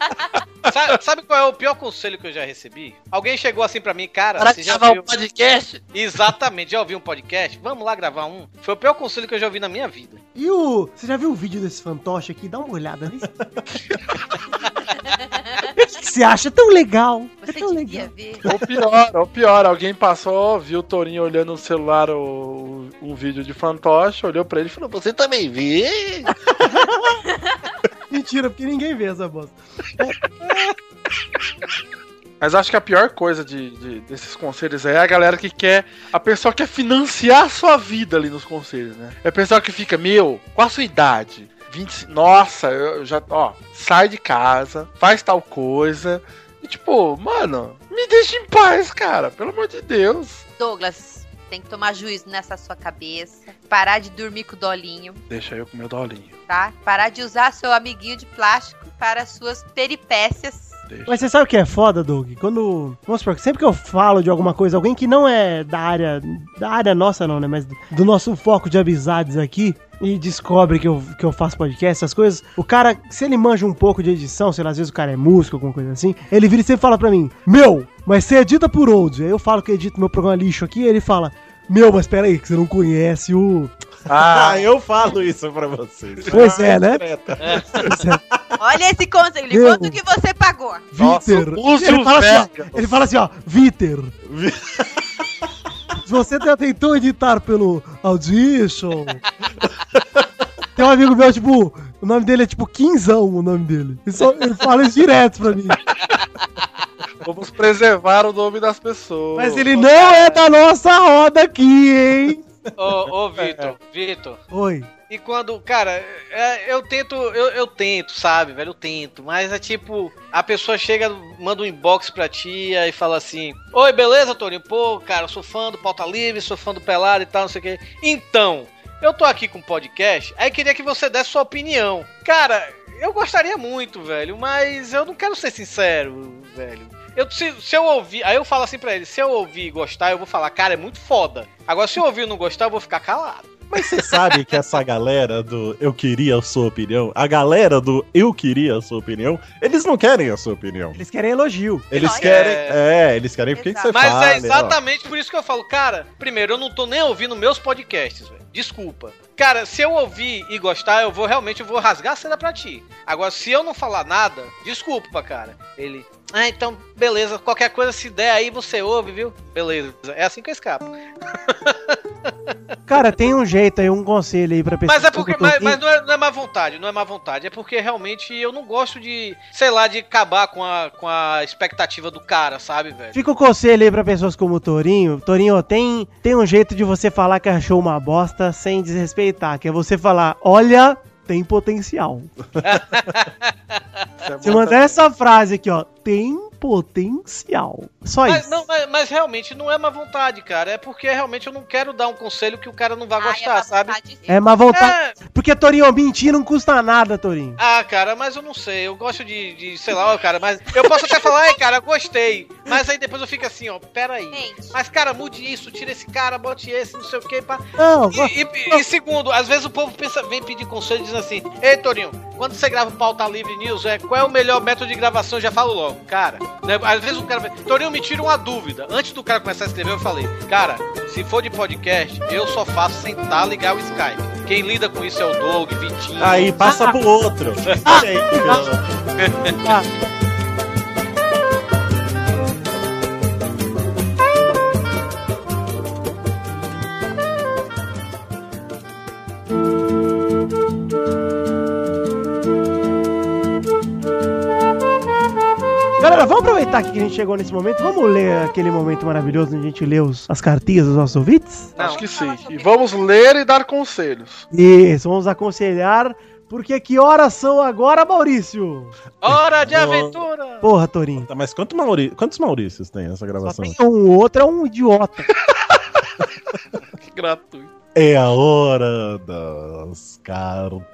Sabe qual é o pior conselho que eu já recebi? Alguém chegou assim pra mim, cara, para você já gravar viu um podcast? Exatamente, já ouviu um podcast? Vamos lá gravar um? Foi o pior conselho que eu já ouvi na minha vida. E você já viu o vídeo desse fantoche aqui? Dá uma olhada nisso. O que você acha tão legal? Você tão devia legal. ver. Ou pior, alguém passou, viu o Torinho olhando no celular um vídeo de fantoche, olhou pra ele e falou, você também vê? Mentira, porque ninguém vê essa bosta. Mas acho que a pior coisa desses conselhos é a galera que quer... A pessoa quer financiar a sua vida ali nos conselhos, né? É a pessoa que fica, qual a sua idade? 20... Nossa, eu já... sai de casa, faz tal coisa... E tipo, mano, me deixa em paz, cara. Pelo amor de Deus. Douglas, tem que tomar juízo nessa sua cabeça. Parar de dormir com o dolinho. Deixa eu com o meu dolinho. Tá? Parar de usar seu amiguinho de plástico para suas peripécias. deixa. Mas você sabe o que é foda, Doug? Quando. Vamos supor, sempre que eu falo de alguma coisa, alguém que não é da área nossa, não, né? Mas do nosso foco de amizades aqui. E descobre que eu faço podcast, essas coisas. O cara, se ele manja um pouco de edição, sei lá, às vezes o cara é músico, alguma coisa assim, ele vira e sempre fala pra mim, mas você edita por onde? Aí eu falo que eu edito meu programa lixo aqui, e ele fala, mas peraí, que você não conhece o... Eu falo isso pra vocês. Pois é, né? Olha esse conselho, quanto que você pagou? Viter. Ele fala assim, ó, Viter. Se você já tentou editar pelo Audition... Tem um amigo meu, tipo, o nome dele é tipo Quinzão, o nome dele. Ele fala isso direto pra mim. Vamos preservar o nome das pessoas. Mas ele não é da nossa roda aqui, hein? Ô, Vitor. Oi. E quando, cara, eu tento, sabe, velho, eu tento, mas é tipo, a pessoa chega, manda um inbox pra tia e fala assim, oi, beleza, Torinho? Pô, cara, eu sou fã do Pauta Livre, sou fã do Pelado e tal, não sei o quê. Então, eu tô aqui com um podcast, aí queria que você desse sua opinião. Cara, eu gostaria muito, velho, mas eu não quero ser sincero, velho. Se eu ouvir, aí eu falo assim pra ele, se eu ouvir e gostar, eu vou falar, cara, é muito foda. Agora, se eu ouvir e não gostar, eu vou ficar calado. Mas você sabe que essa galera do eu queria a sua opinião, a galera do eu queria a sua opinião, eles não querem a sua opinião. Eles querem elogio. Eles querem, eles querem porque que você fala. Mas é exatamente por isso que eu falo, cara, primeiro, eu não tô nem ouvindo meus podcasts, velho. Desculpa. Cara, se eu ouvir e gostar, eu vou rasgar a seda pra ti. Agora, se eu não falar nada, desculpa, cara. Ele, então, beleza, qualquer coisa se der aí, você ouve, viu? Beleza, é assim que eu escapo. Cara, tem um jeito aí, um conselho aí pra pessoa. Mas é porque, mas não é má vontade, não é má vontade. É porque realmente eu não gosto de, sei lá, de acabar com a expectativa do cara, sabe, velho? Fica o conselho aí pra pessoas como o Torinho. Torinho, tem um jeito de você falar que achou uma bosta sem desrespeitar, que é você falar, olha, tem potencial. Você mandar essa frase aqui, ó, tem potencial. Só isso. Mas realmente não é má vontade, cara. É porque realmente eu não quero dar um conselho que o cara não vai gostar, sabe? É má vontade. Porque, Torinho, mentir não custa nada, Torinho. Cara, mas eu não sei. Eu gosto de sei lá, cara, mas eu posso até falar, cara, gostei. Mas aí depois eu fico assim, ó, peraí. Mas, cara, mude isso, tira esse cara, bote esse, não sei o que, pá. E segundo, às vezes o povo vem pedir conselho e diz assim, ei, Torinho, quando você grava o Pauta Livre News, qual é o melhor método de gravação? Eu já falo logo, cara. Né? Às vezes o cara vai... Torinho, me tira uma dúvida. Antes do cara começar a escrever, eu falei, cara, se for de podcast, eu só faço sentar, ligar o Skype. Quem lida com isso é o Doug, Vitinho. Aí passa pro outro. Galera, vamos aproveitar que a gente chegou nesse momento. Vamos ler aquele momento maravilhoso onde a gente lê as cartinhas dos nossos ouvintes? Acho que sim. E vamos ler e dar conselhos. Isso, vamos aconselhar. Porque que horas são agora, Maurício? Hora de aventura! Porra, Torinho. Tá, mas quantos Maurícios tem essa gravação? Só tem um, o outro é um idiota. Que gratuito. É a hora das cartinhas!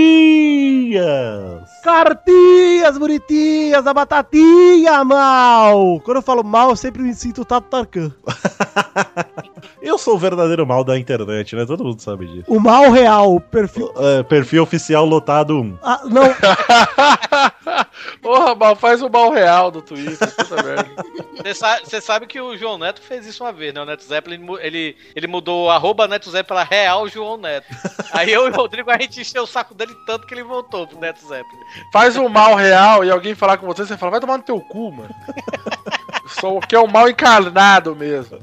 Cartinhas bonitinhas da batatinha, mal! Quando eu falo mal, eu sempre me sinto o Tato Tarkan. Eu sou o verdadeiro mal da internet, né? Todo mundo sabe disso. O mal real, perfil... perfil oficial lotado 1. Ah, não. Porra, mal, faz o mal real do Twitter, puta merda. Você sabe que o João Neto fez isso uma vez, né? O Neto Zeppelin, ele mudou o @Neto Zeppelin para Real João Neto. Aí eu e o Rodrigo, a gente encheu o saco dele tanto que ele voltou pro Neto Zeppelin. Faz o mal real e alguém falar com você fala, vai tomar no teu cu, mano. Só que é o mal encarnado mesmo.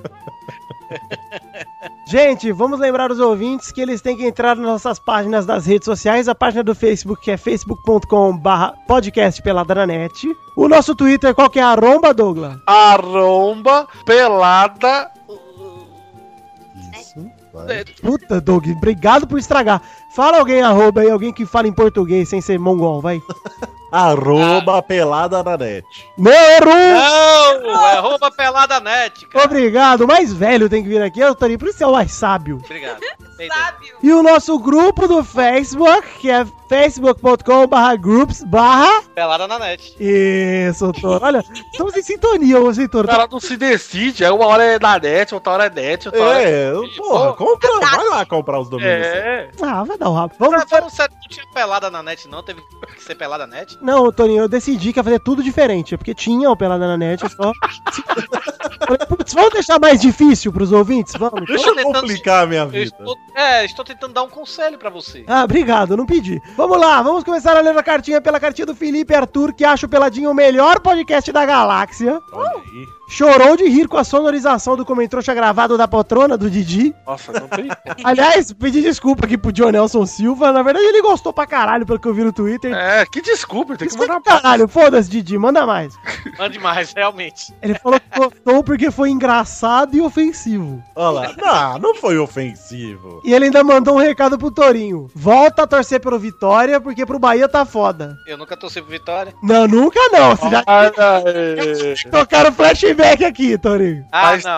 Gente, vamos lembrar os ouvintes que eles têm que entrar nas nossas páginas das redes sociais. A página do Facebook, que é facebook.com/podcastpeladanet. O nosso Twitter, qual que é? Arromba, Douglas? Arromba pelada. Isso. Vai. Puta, Doug, obrigado por estragar. Fala alguém arroba aí, alguém que fala em português sem ser mongol, vai. @pelada na net. Não, errou! Não, é @pelada.net, cara. Obrigado, o mais velho tem que vir aqui, eu Torinho, por isso é o mais sábio. Obrigado. Sábio. E o nosso grupo do Facebook, que é facebook.com/groups/ Pelada na net. Isso, Toro. Olha, estamos em sintonia hoje, hein, Toro? Ela não se decide, aí uma hora é na net, outra hora é net, outra hora Porra, compra, vai lá comprar os domínios. Ah, vai dar um rabo. Vamos... Falando sério, não tinha pelada na net, não? Teve que ser pelada na net? Não, Torinho, eu decidi que ia fazer tudo diferente, porque tinha o Pelada na Net, só... Putz, vamos deixar mais difícil pros ouvintes? Vamos. Deixa eu complicar a minha vida. Estou tentando dar um conselho pra você. Ah, obrigado, não pedi. Vamos lá, vamos começar a ler a cartinha pela cartinha do Felipe Arthur, que acha o Peladinho o melhor podcast da galáxia. Olha aí. Chorou de rir com a sonorização do Comentrouxa gravado da poltrona do Didi. Nossa, não tem. Aliás, pedi desculpa aqui pro John Nelson Silva. Na verdade, ele gostou pra caralho, pelo que eu vi no Twitter. Que desculpa, tem que mandar caralho, foda-se, Didi, manda mais. Mande mais, realmente. Ele falou que gostou porque foi engraçado e ofensivo. Olha lá, não foi ofensivo. E ele ainda mandou um recado pro Torinho. Volta a torcer pelo Vitória, porque pro Bahia tá foda. Eu nunca torci pro Vitória. Não, nunca não. Você já tocaram flashback aqui, Torinho. Ah, Faz não.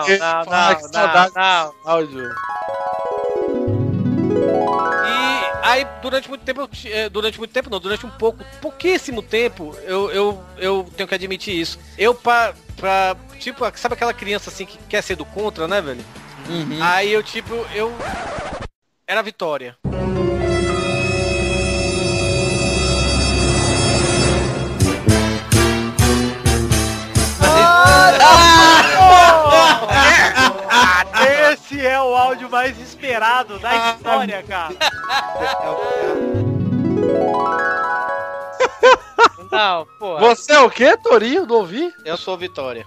Áudio. E aí, durante pouquíssimo tempo, eu tenho que admitir isso. Tipo, sabe aquela criança assim que quer ser do contra, né, velho? Uhum. Aí eu era Vitória. Esse é o áudio mais esperado da história, cara. Não, porra. Você é o quê, Torinho? Não ouvi? Eu sou Vitória.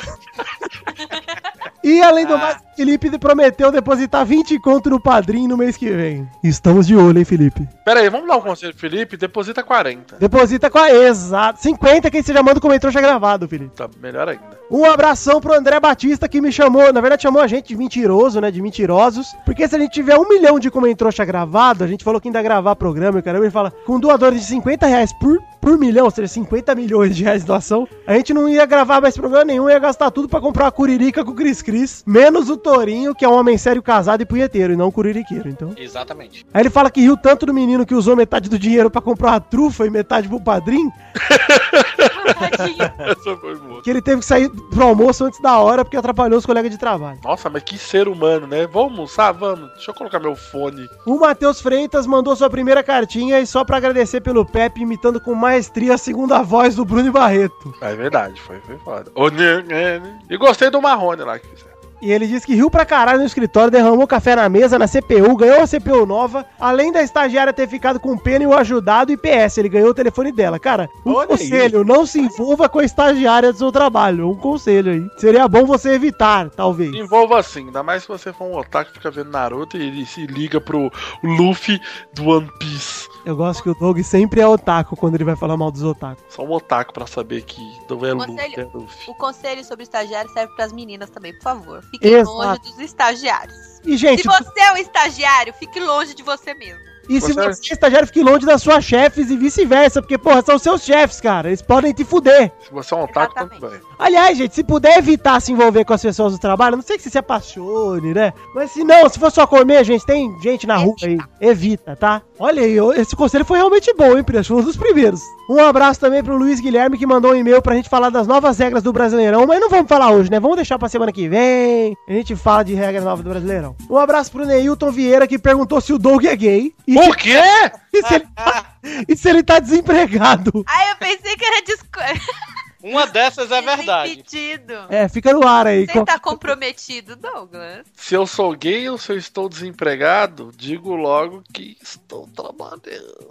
E além do mais, Felipe prometeu depositar 20 conto no Padrim no mês que vem. Estamos de olho, hein, Felipe? Pera aí, vamos dar um conselho pro Felipe? Deposita 40. Deposita com a exato. 50 quem você já manda o Comentrouxa gravado, Felipe. Tá melhor ainda. Um abração pro André Batista, que me chamou, na verdade chamou a gente de mentiroso, né, de mentirosos, porque se a gente tiver 1 milhão de Comentrouxa gravado, a gente falou que ainda gravar programa, e caramba, ele fala, com doadores de 50 reais por milhão, ou seja, 50 milhões de reais de doação, a gente não ia gravar mais programa nenhum, ia gastar tudo pra comprar uma curirica com o Cris, menos o Torinho, que é um homem sério, casado e punheteiro, e não um cuririqueiro, então. Exatamente. Aí ele fala que riu tanto do menino que usou metade do dinheiro pra comprar uma trufa e metade pro padrinho, Essa foi boa. que ele teve que sair pro almoço antes da hora porque atrapalhou os colegas de trabalho. Nossa, mas que ser humano, né? Vamos almoçar? Vamos. Deixa eu colocar meu fone. O Matheus Freitas mandou sua primeira cartinha e só pra agradecer pelo Pepe, imitando com maestria a segunda voz do Bruno Barreto. É verdade, foi foda. E gostei do Marrone lá que fizeram. E ele disse que riu pra caralho no escritório, derramou café na mesa, na CPU, ganhou a CPU nova, além da estagiária ter ficado com pena e o ajudado, e PS, ele ganhou o telefone dela. Cara, conselho, não se envolva com a estagiária do seu trabalho, um conselho aí. Seria bom você evitar, talvez. Se envolva assim, ainda mais se você for um otaku que fica vendo Naruto e ele se liga pro Luffy do One Piece. Eu gosto que o Doug sempre é otaku quando ele vai falar mal dos otaku. Só um otaku pra saber que não é Luffy, é Luffy. O conselho sobre estagiário serve pras meninas também, por favor. Fiquem longe dos estagiários. E, gente, se você é um estagiário, fique longe de você mesmo. E se você é estagiário, fique longe das suas chefes e vice-versa, porque, porra, são seus chefes, cara. Eles podem te fuder. Se você é um otaku, tanto bem. Aliás, gente, se puder evitar se envolver com as pessoas do trabalho, não sei que você se apaixone, né? Mas se não, se for só comer, gente, tem gente na rua aí. Evita, tá? Olha aí, esse conselho foi realmente bom, hein, Prias? Foi um dos primeiros. Um abraço também pro Luiz Guilherme, que mandou um e-mail pra gente falar das novas regras do Brasileirão, mas não vamos falar hoje, né? Vamos deixar pra semana que vem. A gente fala de regras novas do Brasileirão. Um abraço pro Neilton Vieira, que perguntou se o Doug é gay. O quê? E se ele tá desempregado? Ai, eu pensei que era Uma dessas é verdade. É, fica no ar aí. Você tá comprometido, Douglas? Se eu sou gay ou se eu estou desempregado, digo logo que estou trabalhando.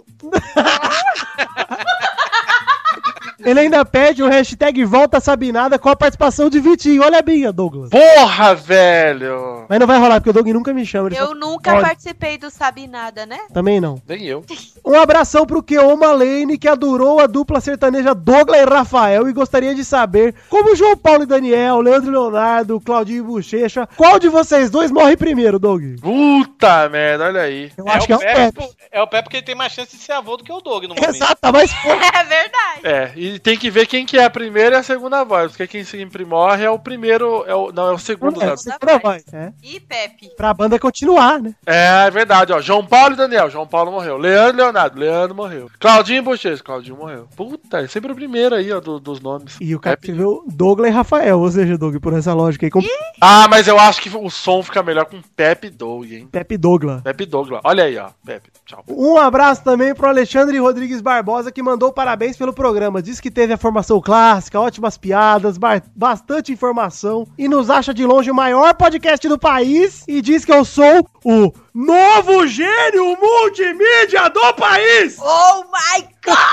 Ele ainda pede o hashtag Volta Sabinada com a participação de Vitinho. Olha a minha, Douglas. Porra, velho! Mas não vai rolar, porque o Doug nunca me chama. Eu nunca participei do Sabe Nada, né? Também não. Nem eu. Um abração pro Keoma Lane, que adorou a dupla sertaneja Douglas e Rafael e gostaria de saber como João Paulo e Daniel, Leandro e Leonardo, Claudinho e Bochecha, qual de vocês dois morre primeiro, Doug? Puta merda, olha aí. Eu acho que é o Pepe. É o Pepe porque ele tem mais chance de ser avô do que o Doug no momento. Exato, tá mais É verdade. E tem que ver quem que é a primeira e a segunda voz, porque quem sempre morre é o primeiro, é o segundo. É, segunda voz. É. E Pepe. Pra banda continuar, né? É verdade, ó. João Paulo e Daniel, João Paulo morreu. Leandro e Leonardo, Leandro morreu. Claudinho e Bochecha, Claudinho morreu. Puta, é sempre o primeiro aí, ó, dos nomes. E o cara escreveu Douglas e Rafael, ou seja, Doug, por essa lógica aí. Ah, mas eu acho que o som fica melhor com Pepe e Doug, hein? Pepe Douglas. Pepe e Douglas. Olha aí, ó. Pepe, tchau. Um abraço também pro Alexandre Rodrigues Barbosa, que mandou parabéns pelo programa. Diz que teve a formação clássica, ótimas piadas, bastante informação e nos acha de longe o maior podcast do país e diz que eu sou o novo gênio multimídia do país! Oh my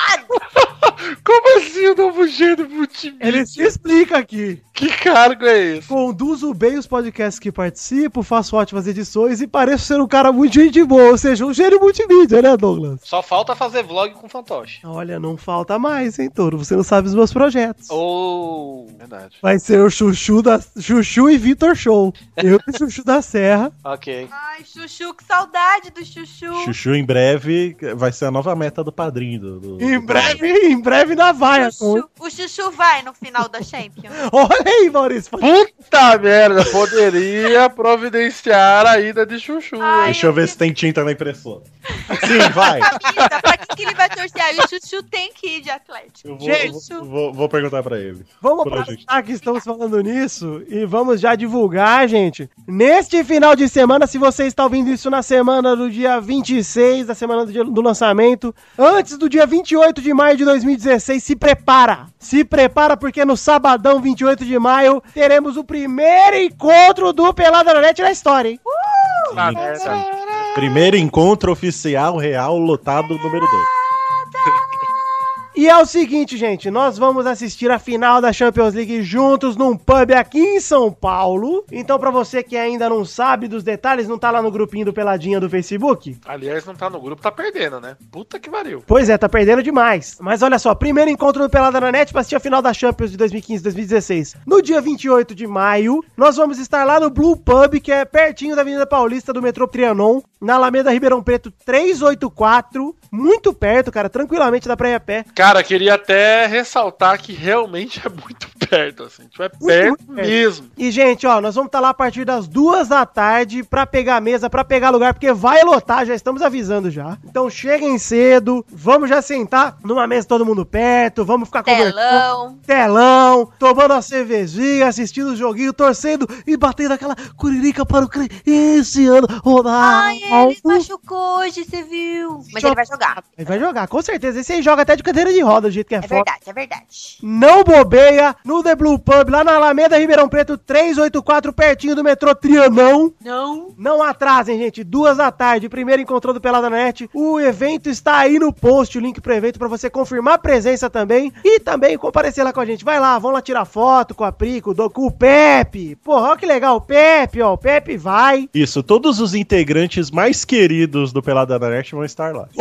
God! Como assim o novo gênio multimídia? Ele se explica aqui. Que cargo é esse? Conduzo bem os podcasts que participo, faço ótimas edições e pareço ser um cara muito gente boa, ou seja, um gênio multimídia, né, Douglas? Só falta fazer vlog com fantoche. Olha, não falta mais, hein, Toro? Você não sabe os meus projetos. Verdade. Vai ser o Chuchu e Vitor Show. Eu e o Chuchu da Serra. Ok. Ai, Chuchu, que saudade do Chuchu. Chuchu em breve vai ser a nova meta do padrinho. Em breve na vaia. O Chuchu vai no final da Champions. Olha aí, Maurício. Puta merda, poderia providenciar a ida de Chuchu. Ai, Deixa eu ver se tem tinta na impressora. Sim, vai. Camisa, pra que ele vai torcer aí? O Chuchu tem que ir de Atlético. Vou perguntar pra ele. Vamos aproveitar que estamos falando nisso e vamos já divulgar, gente. Neste final de semana, se você está ouvindo isso na semana do dia 26, da semana do lançamento, antes do dia 28 de maio de 2016, se prepara. Se prepara porque no sabadão 28 de maio teremos o primeiro encontro do Pelada na Net na história, hein? Primeiro encontro oficial, real, lotado, número 2. E é o seguinte, gente, nós vamos assistir a final da Champions League juntos num pub aqui em São Paulo. Então, pra você que ainda não sabe dos detalhes, não tá lá no grupinho do Peladinha do Facebook? Aliás, não tá no grupo, tá perdendo, né? Puta que pariu. Pois é, tá perdendo demais. Mas olha só, primeiro encontro do Pelada na Net pra assistir a final da Champions de 2015-2016. No dia 28 de maio, nós vamos estar lá no Blue Pub, que é pertinho da Avenida Paulista do metrô Trianon, na Alameda Ribeirão Preto 384, muito perto, cara, tranquilamente dá pra ir a pé. Cara, queria até ressaltar que realmente é muito perto, assim. Tipo, é perto mesmo. E, gente, ó, nós vamos estar lá a partir das 2 da tarde pra pegar mesa, pra pegar lugar, porque vai lotar, já estamos avisando já. Então cheguem cedo, vamos já sentar numa mesa todo mundo perto, vamos ficar conversando. Telão, tomando uma cervejinha, assistindo o joguinho, torcendo e batendo aquela curirica para o esse ano rodar. Ai, ele machucou hoje, você viu? Mas ele vai jogar. Ele vai jogar, com certeza. Esse aí joga até de cadeira de roda, do jeito que é foda. É verdade. Não bobeia, no The Blue Pub, lá na Alameda Ribeirão Preto 384, pertinho do metrô Trianão. Não atrasem, gente. 2 da tarde, primeiro encontrou do Pelada na Net. O evento está aí no post, o link pro evento pra você confirmar a presença também. E também comparecer lá com a gente. Vai lá, vamos lá tirar foto com a Pri, com o Pepe. Porra, olha que legal, o Pepe, ó. O Pepe vai. Isso, todos os integrantes mais queridos do Pelada na Net vão estar lá.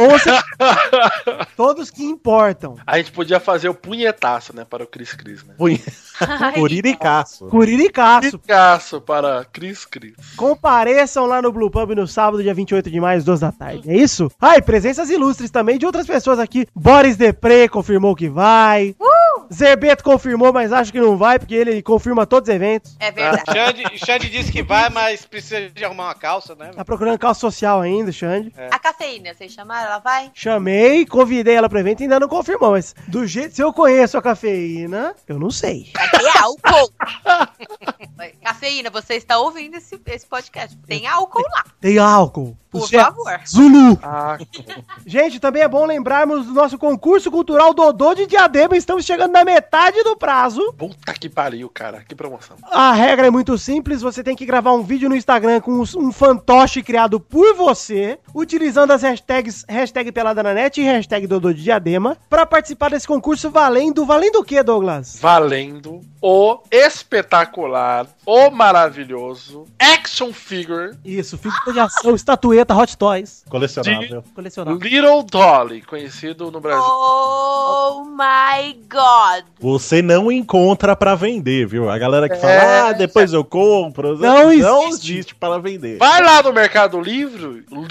Todos que importam. A gente podia fazer o punhetaço, né, para o Cris, né? Curiricaço. Curiricaço para Cris. Compareçam lá no Blue Pub no sábado, dia 28 de maio, às 2 da tarde. É isso? E presenças ilustres também de outras pessoas aqui. Boris Depré confirmou que vai. Zerbeto confirmou, mas acho que não vai, porque ele confirma todos os eventos. É verdade. Xande disse que vai, mas precisa de arrumar uma calça, né? Tá procurando calça social ainda, Xande. A Cafeína, vocês chamaram? Ela vai? Chamei, convidei ela pro evento e ainda não confirmou, mas do jeito, se eu conheço a Cafeína, eu não sei. Vai ter álcool. Cafeína, você está ouvindo esse podcast. Tem álcool lá. Tem álcool. Por favor. Zulu. Gente, também é bom lembrarmos do nosso concurso cultural Dodô de Diadema. Estamos chegando na metade do prazo. Puta que pariu, cara. Que promoção. A regra é muito simples. Você tem que gravar um vídeo no Instagram com um fantoche criado por você, utilizando as hashtags Pelada na Net e hashtag Dodô de Diadema, para participar desse concurso valendo o quê, Douglas? Valendo o espetacular, o maravilhoso Action Figure. Isso, figura de ação, estatueta camiseta Hot Toys. Colecionável. Little Dolly, conhecido no Brasil. Oh my God. Você não encontra pra vender, viu? A galera que fala, depois eu compro. Não existe para vender. Vai lá no Mercado Livre.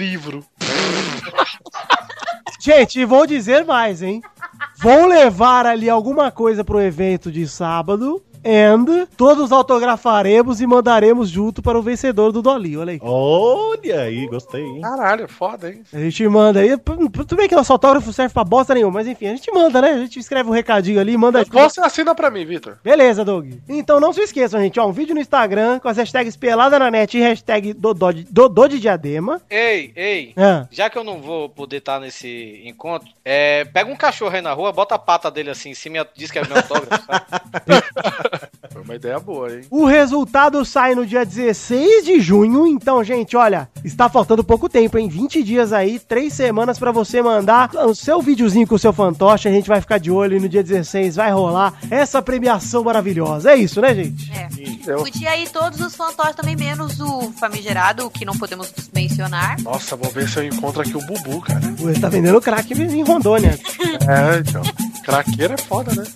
Gente, vou dizer mais, hein? Vou levar ali alguma coisa pro evento de sábado. And todos autografaremos e mandaremos junto para o vencedor do Dolly, olha aí. Olha aí, gostei, hein? Caralho, foda, hein? A gente manda aí, tudo bem que nosso autógrafo serve pra bosta nenhuma, mas enfim, a gente manda, né? A gente escreve um recadinho ali, manda... Você assina pra mim, Vitor. Beleza, Doug. Então não se esqueçam, gente, ó, um vídeo no Instagram com as hashtags pelada na net e hashtag Dodô de Diadema. Ei, já que eu não vou poder estar nesse encontro, pega um cachorro aí na rua, bota a pata dele assim em cima e diz que é meu autógrafo, sabe? Foi uma ideia boa, hein? O resultado sai no dia 16 de junho, então, gente, olha, está faltando pouco tempo, hein? 20 dias aí, 3 semanas pra você mandar o seu videozinho com o seu fantoche, a gente vai ficar de olho e no dia 16 vai rolar essa premiação maravilhosa. É isso, né, gente? Podia ir todos os fantoches também, menos o famigerado, que não podemos mencionar. Nossa, vou ver se eu encontro aqui o Bubu, cara. Você tá vendendo crack em Rondônia. Então. Craqueiro é foda, né?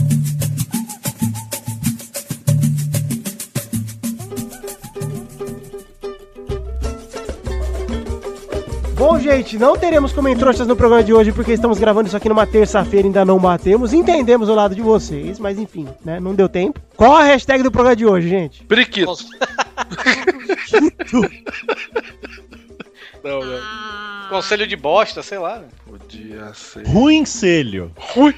Bom, gente, não teremos comentroxas no programa de hoje porque estamos gravando isso aqui numa terça-feira e ainda não batemos. Entendemos o lado de vocês, mas enfim, né? Não deu tempo. Qual a hashtag do programa de hoje, gente? Periquito. Não. Conselho de bosta, sei lá. Podia ser. Ruincelho.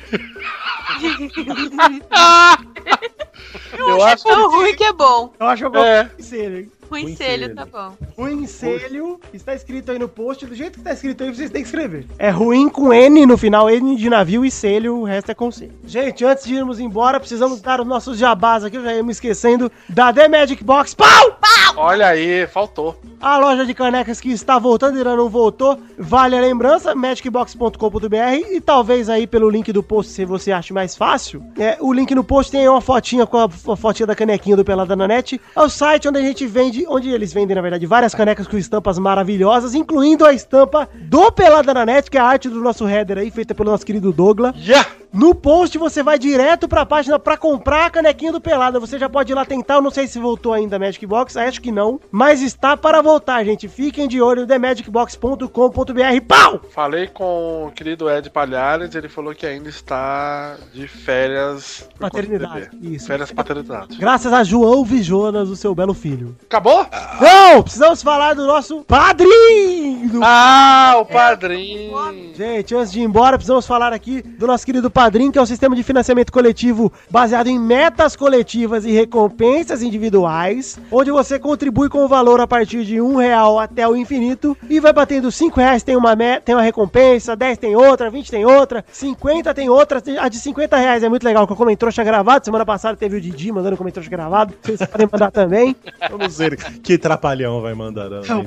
Eu acho tão ruim que é bom. Eu acho que eu vou ruincelho, hein? Ruincelho, tá bom. Ruincelho, está escrito aí no post, do jeito que está escrito aí, vocês têm que escrever. É ruim com N no final, N de navio e celho, o resto é conselho. Gente, antes de irmos embora, precisamos dar os nossos jabás aqui, eu já ia me esquecendo, da The Magic Box. Pau! Olha aí, faltou. A loja de canecas que está voltando, ainda não voltou, vale a lembrança, magicbox.com.br e talvez aí pelo link do post, se você acha mais fácil, o link no post tem uma fotinha com a fotinha da canequinha do Pelada na Net, é o site onde a gente vende, onde eles vendem, na verdade, várias canecas com estampas maravilhosas, incluindo a estampa do Pelada na Net, que é a arte do nosso header aí, feita pelo nosso querido Douglas. No post você vai direto pra página pra comprar a canequinha do Pelada. Você já pode ir lá tentar, eu não sei se voltou ainda a Magic Box, acho que não, mas está para voltar, gente. Fiquem de olho no themagicbox.com.br. Pau! Falei com o querido Ed Palhares, ele falou que ainda está de férias paternidade. Isso. Férias paternidade. Graças a João Vijonas, o seu belo filho. Acabou? Não! Precisamos falar do nosso padrinho! O padrinho! Gente, antes de ir embora, precisamos falar aqui do nosso querido padrinho, que é um sistema de financiamento coletivo baseado em metas coletivas e recompensas individuais, onde você contribui com o valor a partir de R$1 até o infinito e vai batendo R$5 tem uma recompensa, 10 tem outra, 20 tem outra, 50 tem outra, a de R$50 é muito legal, com o Comentrouxa gravado. Semana passada teve o Didi mandando Comentrouxa gravado, vocês podem mandar também. Vamos ver que trapalhão vai mandar.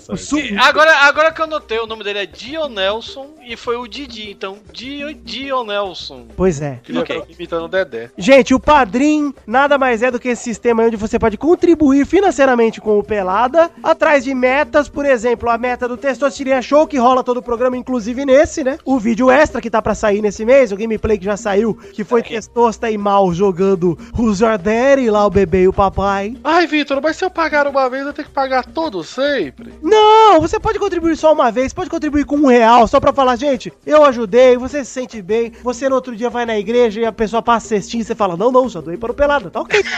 Agora que eu notei, o nome dele é Dionelson e foi o Didi, então Dionelson. Pois é. Imitando o Dedé. Gente, o Padrim nada mais é do que esse sistema onde você pode contribuir financeiramente com o Pelada, atrás de metas, por exemplo, a meta do Testosterinha Show, que rola todo o programa, inclusive nesse, né? O vídeo extra que tá pra sair nesse mês, o gameplay que já saiu, que foi Testosta e Mal jogando Who's Your Daddy, lá o bebê e o papai. Ai, Vitor, mas se eu pagar uma vez, eu tenho que pagar todo sempre? Não, você pode contribuir só uma vez, pode contribuir com R$1, só pra falar, gente, eu ajudei, você se sente bem, você no outro dia vai na igreja e a pessoa passa cestinha e você fala, não, só doei para o Pelada, tá ok.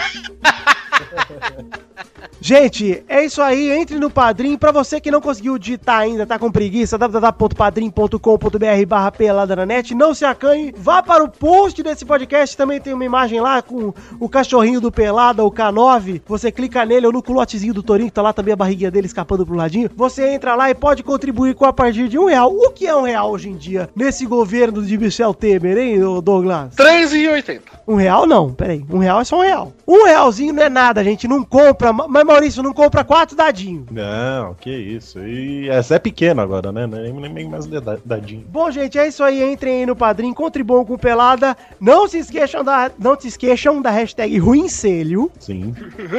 Gente, é isso aí, entre no Padrim. Pra você que não conseguiu digitar ainda, tá com preguiça, www.padrim.com.br/pelada na net, não se acanhe, vá para o post desse podcast, também tem uma imagem lá com o cachorrinho do Pelada, o K9, você clica nele, ou no culotezinho do Torinho, que tá lá também a barriguinha dele escapando pro ladinho, você entra lá e pode contribuir com a partir de R$1. O que é R$1 hoje em dia, nesse governo de Michel Temer, hein, Douglas? R$3,80. R$1 não, peraí. R$1 é só R$1. R$1 não é nada, gente. Não compra. Mas, Maurício, não compra 4 dadinhos. Não, que isso. E essa é pequena agora, né? Nem mais dadinho. Bom, gente, é isso aí. Entrem aí no Padrim, contribuam com Pelada. Não se esqueçam da hashtag Ruincelho. Sim.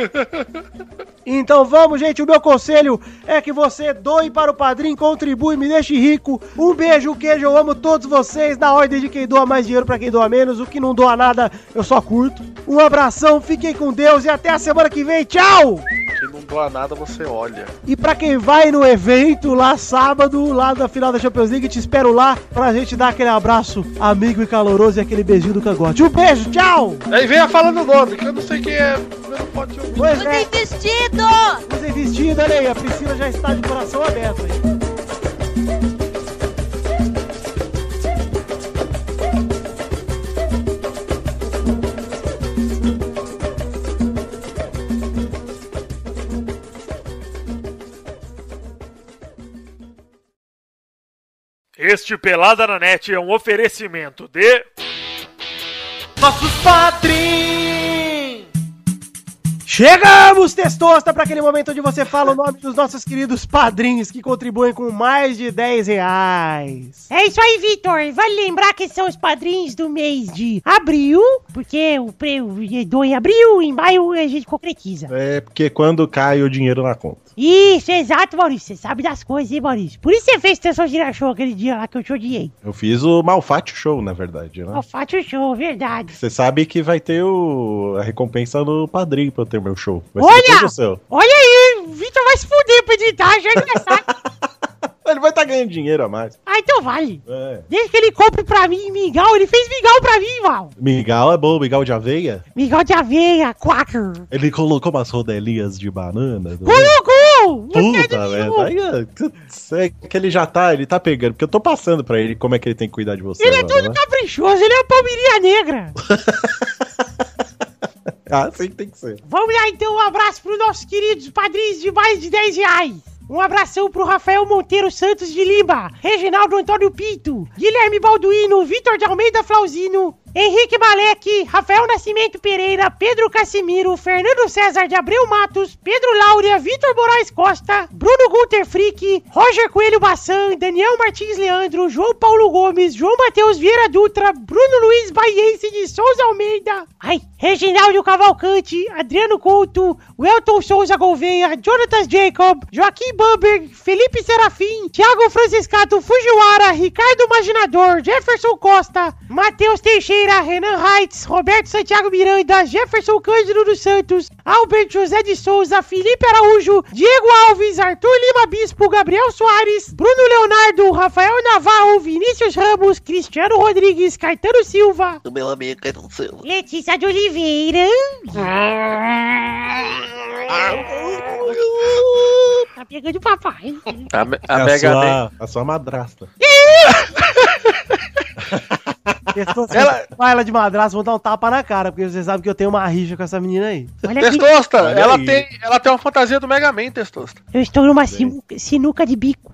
Então vamos, gente. O meu conselho é que você doe para o Padrim, contribui, me deixe rico. Um beijo, queijo. Eu amo todos vocês. Na ordem de quem doa mais dinheiro para quem doa menos. O que não doa nada, eu só curto. Um abração, fiquem com Deus e até a semana que vem. Tchau! Quem não doa nada, você olha. E pra quem vai no evento lá sábado, lá na final da Champions League, te espero lá pra gente dar aquele abraço amigo e caloroso e aquele beijinho do cangote. Um beijo, tchau! Aí vem a fala do nome, que eu não sei quem é, eu não pode ouvir. Pois Usem vestido! Usem vestido, olha aí, a Priscila já está de coração aberto aí. Este Pelada na Net é um oferecimento de... Nossos padrinhos! Chegamos, Testosta, para aquele momento onde você fala o nome dos nossos queridos padrinhos que contribuem com mais de R$10. É isso aí, Vitor. Vale lembrar que são os padrinhos do mês de abril, porque o doa em abril, em maio a gente concretiza. É porque quando cai o dinheiro na conta. Isso, exato, Maurício. Você sabe das coisas, hein, Maurício? Por isso você fez Tensão Gira Show aquele dia lá que eu te odiei. Eu fiz o Malfátio Show, na verdade, né? Malfátio Show, verdade. Você sabe que vai ter a recompensa no Padrim pra eu ter meu show. Vai olha! Ser todo seu. Olha aí, o Vitor vai se fuder pra editar, já é engraçado. Ele vai estar ganhando dinheiro a mais. Ah, então vale. É. Desde que ele compre pra mim mingau, ele fez mingau pra mim, Val. Mingau é bom, mingau de aveia? Mingau de aveia, quacker. Ele colocou umas rodelinhas de banana. Colocou! Puta, velho. Aí é que ele tá pegando, porque eu tô passando pra ele como é que ele tem que cuidar de você. Ele agora, é todo caprichoso, ele é uma palmeirinha negra. Ah, sim, tem que ser. Vamos lá, então, um abraço pros nossos queridos padrinhos de mais de R$10. Um abração pro Rafael Monteiro Santos de Lima, Reginaldo Antônio Pinto, Guilherme Balduino, Vitor de Almeida Flauzino, Henrique Malek, Rafael Nascimento Pereira, Pedro Casimiro, Fernando César de Abreu Matos, Pedro Laura, Vitor Moraes Costa, Bruno Gunter Frick, Roger Coelho Bassan, Daniel Martins Leandro, João Paulo Gomes, João Matheus Vieira Dutra, Bruno Luiz Baiense de Souza Almeida, Reginaldo Cavalcante, Adriano Couto, Welton Souza Gouveia, Jonathan Jacob, Joaquim Bamberg, Felipe Serafim, Thiago Franciscato Fujiwara, Ricardo Imaginador, Jefferson Costa, Matheus Teixeira, Renan Reitz, Roberto Santiago Miranda, Jefferson Cândido dos Santos, Albert José de Souza, Felipe Araújo, Diego Alves, Arthur Lima Bispo, Gabriel Soares, Bruno Leonardo, Rafael Navarro, Vinícius Ramos, Cristiano Rodrigues, Caetano Silva, Do meu amigo Caetano Silva. Letícia de Oliveira, tá pegando o papai. A sua madrasta. Ela de madrasta, vou dar um tapa na cara, porque você sabe que eu tenho uma rixa com essa menina aí. Testosta, ela tem uma fantasia do Mega Man, Testosta. Eu estou numa sinuca de bico.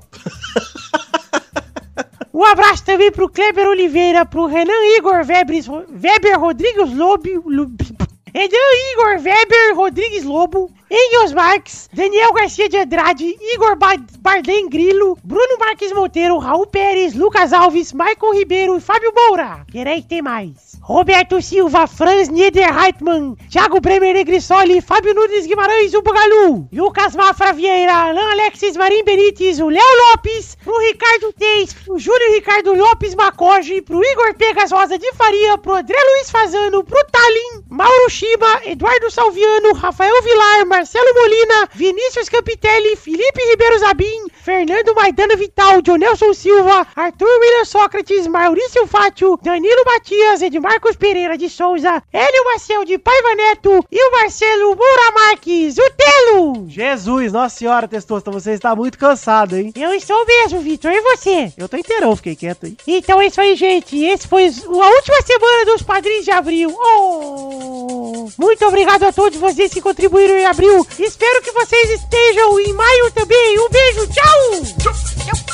Um abraço também pro Kleber Oliveira, pro Renan Igor Weber Rodrigues Lobo, Renan Igor Weber Rodrigues Lobo, Engels Marques, Daniel Garcia de Andrade, Igor Bardem Grilo, Bruno Marques Monteiro, Raul Pérez, Lucas Alves, Maicon Ribeiro e Fábio Moura. Peraí que tem mais. Roberto Silva, Franz Niederreitmann, Thiago Bremer Negrissoli, Fábio Nunes Guimarães, o Bugalu, Lucas Mafra Vieira, Alan Alexis Marim Benítez, o Léo Lopes, pro Ricardo Teis, pro Júlio Ricardo Lopes Macoge, pro Igor Pegas Rosa de Faria, pro André Luiz Fazano, pro Talin, Mauro Shiba, Eduardo Salviano, Rafael Vilar, Marcelo Molina, Vinícius Campitelli, Felipe Ribeiro Zabim, Fernando Maidana Vital, Jonelson Silva, Arthur William Sócrates, Maurício Fátio, Danilo Matias, Edmarcos Pereira de Souza, Hélio Maciel de Paiva Neto e o Marcelo Moura Marques, o Telo! Jesus, nossa senhora, Testosta, você está muito cansado, hein? Eu estou mesmo, Vitor, e você? Eu tô inteirão, fiquei quieto aí. Então é isso aí, gente, esse foi a última semana dos Padrinhos de Abril. Oh! Muito obrigado a todos vocês que contribuíram em abril. Espero que vocês estejam em maio também. Um beijo, tchau! Tchau!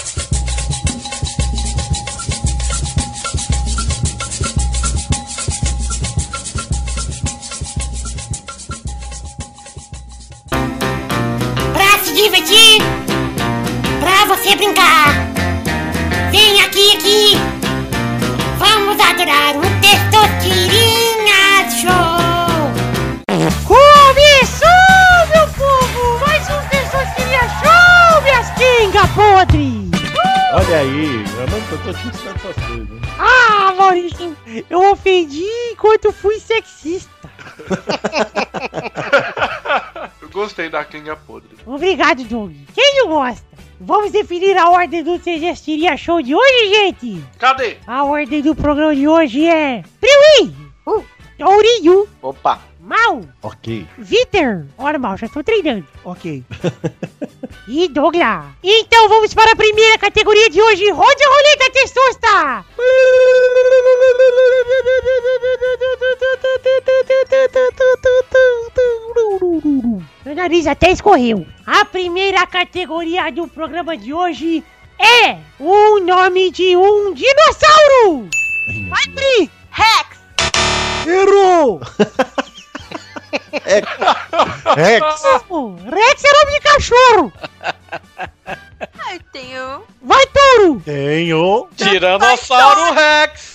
categoria aqui. Vamos adorar o Testosterinha Show. Começou, meu povo, mais um Testosterinha Show, minhas quengas podres. Olha aí, eu não tô te ensinando essas coisas. Ah, Maurício, eu ofendi enquanto fui sexista. Eu gostei da quenga podre. Obrigado, Doug. Quem não gosta? Vamos definir a ordem do Testosterinha Show de hoje, gente? Cadê? A ordem do programa de hoje é... Priui! Tourinho! Opa! Mal! Ok. Vitor! Ora, Mal, já estou treinando. Ok. E Douglas. Então vamos para a primeira categoria de hoje. Rode a roleta, Testosta! Meu nariz até escorreu. A primeira categoria do programa de hoje é o nome de um dinossauro! Vai, Pri! Rex! Errou! Rex! Rex é nome de cachorro! Eu tenho... Vai, touro! Tenho. Tiranossauro Rex!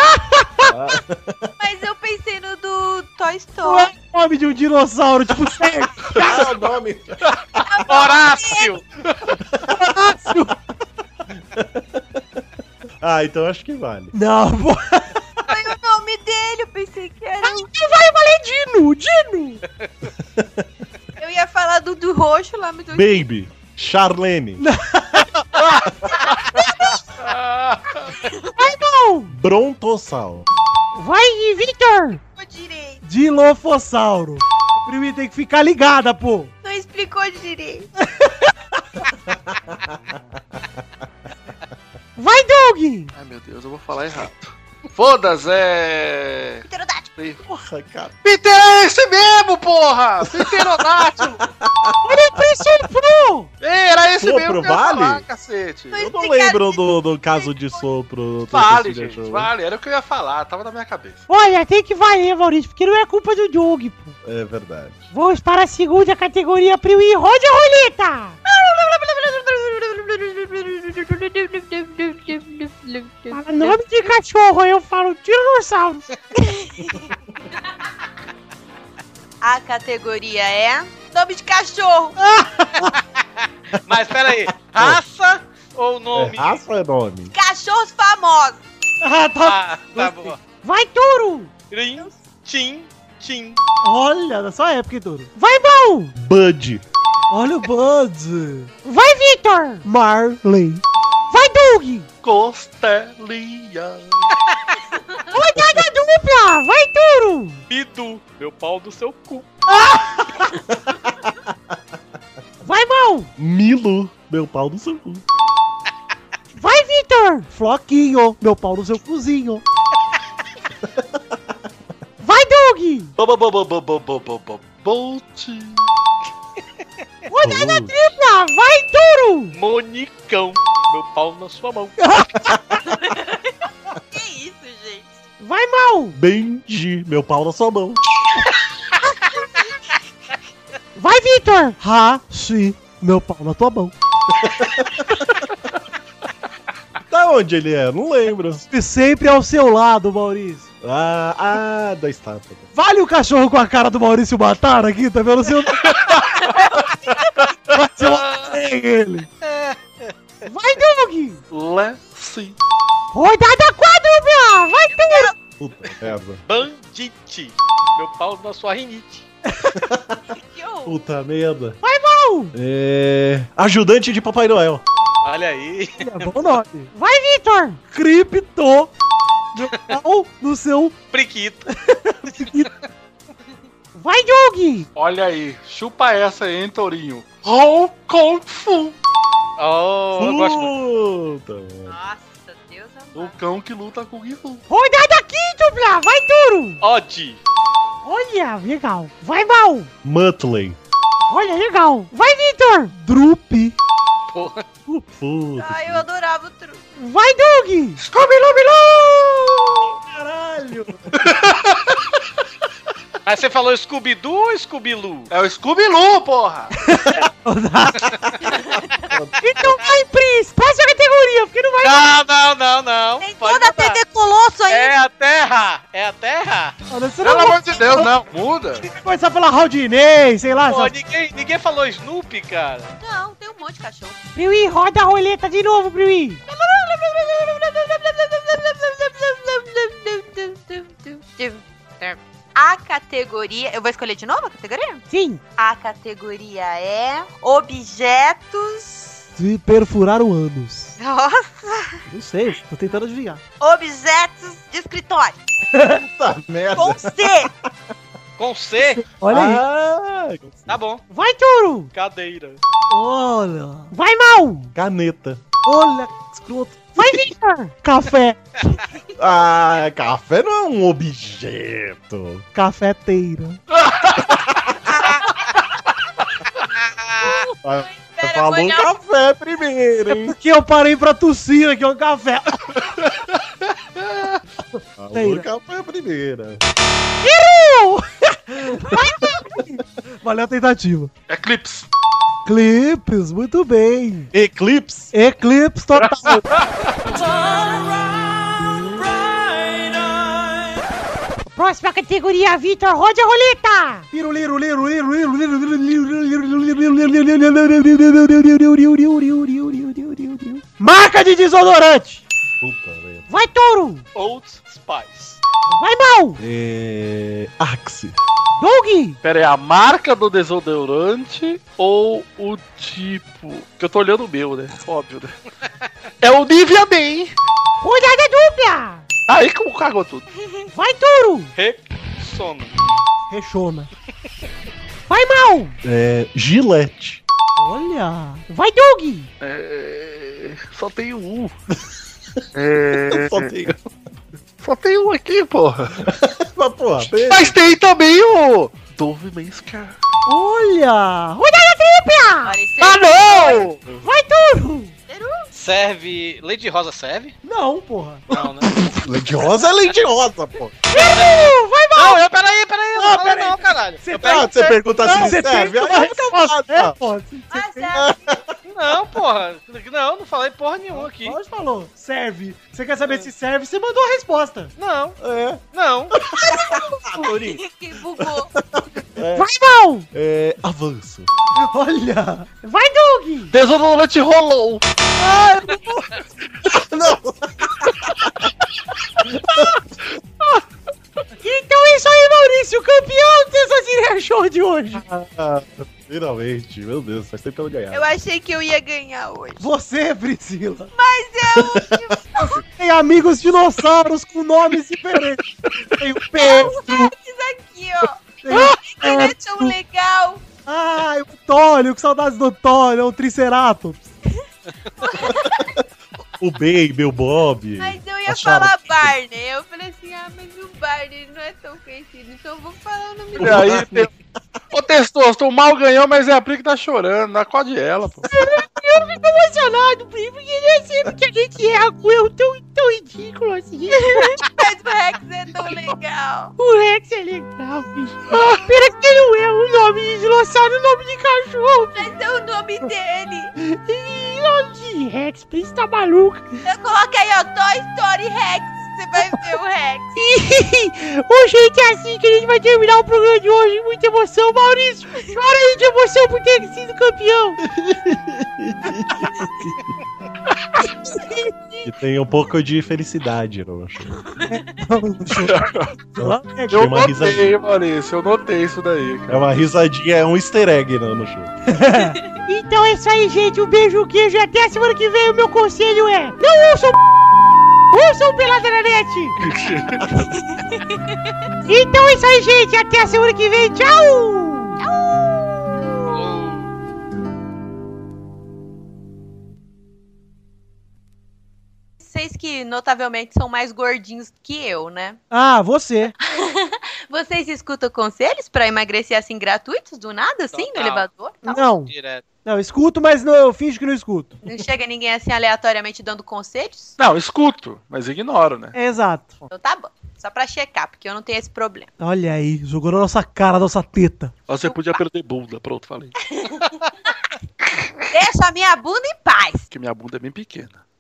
Mas eu pensei no do Toy Não Story. é o nome de um dinossauro, tipo certo. Ah, o nome. Horácio! Ah, então acho que vale. Não, pô. Foi o nome dele, eu pensei que era... Que vai valer Dino! Dino! Eu ia falar do roxo lá, mas eu... Baby. Charlene. Vai, não! Brontossauro. Vai, Victor! explicou direito. Dilofossauro. O primeiro tem que ficar ligada, pô. Não explicou direito. Vai, Doug! Ai, meu Deus, eu vou falar errado. Foda-se, Pterodáctilo. Porra, cara. Peter é esse mesmo, porra! Pterodátilo! Olha o Príncipe Pro! Era esse Sopro, mesmo que eu ia vale? falar, cacete. Mas Eu não explicar lembro isso. do caso de sopro. Vale, do gente, show. vale. Era o que eu ia falar, tava na minha cabeça. Olha, tem que valer, Maurício, porque não é culpa do Doug, pô. É verdade. Vamos para a segunda categoria, Priui. Rode a roleta! Fala nome de cachorro, aí eu falo tiranossauro. A categoria é nome de cachorro. Mas pera aí, raça ou nome? É raça ou é nome? Cachorros famosos. Ah, tá. Ah, tá bom. Vai, Touro! Rim, tim, tim. Olha, da sua época, hein, Douro. Vai, Bom! Bud. Olha o Bud. Vai, Victor! Marley. Vai, Doug! Costelinha. Rodada dupla! Vai, Touro! Bidu, meu pau do seu cu. Vai, Bom! Milu. Meu pau no seu cu. Vai, Victor! Floquinho. Meu pau no seu cozinho. Vai, Doug! Bolt. Rodada tripla! Vai, Touro! Monicão, meu pau na sua mão. Que isso, gente? Vai, Mal! Benji. Meu pau na sua mão. Vai, Victor! Hashi. Meu pau na tua mão. Da onde ele é? Não lembro. E sempre ao seu lado, Maurício. Da estátua. Vale o cachorro com a cara do Maurício matar aqui, tá vendo? Se eu... Mas eu matei ele. Vai, Doug! Lessie. Rodada quádrupla! Vai, Touro! Puta merda. Bandite, meu pau na sua rinite. Que horror. Puta merda. Vai, Mal! Ajudante de Papai Noel. Olha aí. É bom nome. Vai, Victor! Cripto. Meu pau no seu... Priquito. Vai, Doug! Olha aí, chupa essa aí, hein, Tourinho. Hong Kong Fu. Oh, eu gosto muito. Puta merda. Nossa, Deus O amado. cão que luta com o Gifu. Rodada quíntupla! Vai, Touro! Odd, Olha, legal. Vai, Mal! Muttley. Olha, legal. Vai, Victor! Drupi. porra. Puta. Ai, eu adorava o truque. Vai, Doug! Caralho. Mas você falou Scooby-Doo ou Scooby-Loo? É o Scooby-Loo, porra! Então vai, Pris! Passa a categoria, porque não vai... Não, não, Não. Tem toda a TV Colosso aí. É a Terra. Olha, você Pelo não amor de Deus, não. Muda. vai começar pela Rodinei, sei lá. Pô, sabe? ninguém falou Snoopy, cara. Não, tem um monte de cachorro. Piuí, roda a roleta de novo, Piuí. A categoria... Eu vou escolher de novo a categoria? Sim. A categoria é... Objetos... De perfurar o ânus. Nossa! Não sei, tô tentando adivinhar. Objetos de escritório. Puta merda. Com C. Com C? Olha aí. Tá bom. Vai, Turo. Cadeira. Olha. Vai, Mal. Caneta. Olha, escroto. Vai, Victor. Café. Ah, café não é um objeto. Cafeteira. Falou molhar. café primeiro, hein? Porque eu parei pra tossir aqui, ó, café. Falou café primeiro. Valeu a tentativa. Eclipse. Clipes, muito bem. Eclipse. Eclipse total. Próxima categoria, Victor. Roda a roleta. Marca de desodorante. Puta merda. Vai, Touro. Old Spice. Vai, Mal. Axe. Doug. Pera aí, a marca do desodorante ou o tipo? Que eu tô olhando o meu, né? Óbvio, né? É o Nivea Men. Rodada dupla. Aí como cagou tudo. Vai, Touro. Rexona. Rechona. Vai, Mal. Gillette. Olha. Vai, Doug. Só tem um. Só tenho. Só tem um aqui, porra. Mas, porra, Mas tem também o Dove Menscar. Olha. Rodada tripla. Ah, não! Vai, Touro. Serve. Leite de rosa serve? Não, porra. Não, né? Leite rosa é leite rosa, pô. Vai, Mal. Não, peraí. Não, peraí, não, caralho. Você pergunta se serve? Tem uma resposta. Porra. Ah, serve. Não, porra. Não falei porra nenhuma aqui. Hoje falou, serve. Você quer saber se serve? Você mandou a resposta. Não. É. Não. Que bugou. Vai, Mal. Avanço. Olha. Vai, Doug. Desodorante rolou. Não. Então é isso aí, Maurício. Campeão do Tesoura Show de hoje. Finalmente, meu Deus, faz tempo que eu não ganhava. Eu achei que eu ia ganhar hoje. Você, Priscila. Mas eu... Tem amigos dinossauros com nomes diferentes. Tem o Pedro. Isso aqui, ó. Tem o Ele é tão legal. Ai, o Tólio, que saudades do Tólio, é o Triceratops. O Baby, o Bob. Mas eu ia Achava falar que- Barney. Eu falei assim, mas o Barney não é tão conhecido, então eu vou falar o nome E dele. aí, ô Testosto, o mal ganhou, mas é a Pri que tá chorando. Acode ela, pô. Eu fico emocionado, primo, porque não é sempre que a gente erra com erro tão ridículo assim. Mas o Rex é tão legal. O Rex é legal, bicho. Pena que não é o nome de dinossauro, o nome de cachorro. Mas é o nome dele. E nome de Rex, Prince tá maluco. Eu coloquei aí, ó, Toy Story Rex. Você vai ver o Rex. Ô, gente, é assim que a gente vai terminar o programa de hoje. Muita emoção, Maurício. Chora aí de emoção por ter sido campeão. E tem um pouco de felicidade no show. Eu Tem uma notei, risadinha. Maurício, eu notei isso daí, cara. É uma risadinha, é um easter egg no show. Então é isso aí, gente. Um beijo, um queijo e até a semana que vem. O meu conselho é: não ouçam ouçam Pelada na Net. Então é isso aí, gente. Até a semana que vem. Tchau! Vocês que notavelmente são mais gordinhos que eu, né? Ah, você. Vocês escutam conselhos pra emagrecer assim gratuitos do nada, assim, no Total. elevador? Não. Direto. Não, escuto, mas não, eu finjo que não escuto. Não chega ninguém assim aleatoriamente dando conselhos? Não, escuto, mas ignoro, né? Exato. Então tá bom. Só pra checar, porque eu não tenho esse problema. Olha aí, jogou na nossa cara, nossa teta. Você podia perder bunda, pronto, falei. Deixa a minha bunda em paz. Porque minha bunda é bem pequena.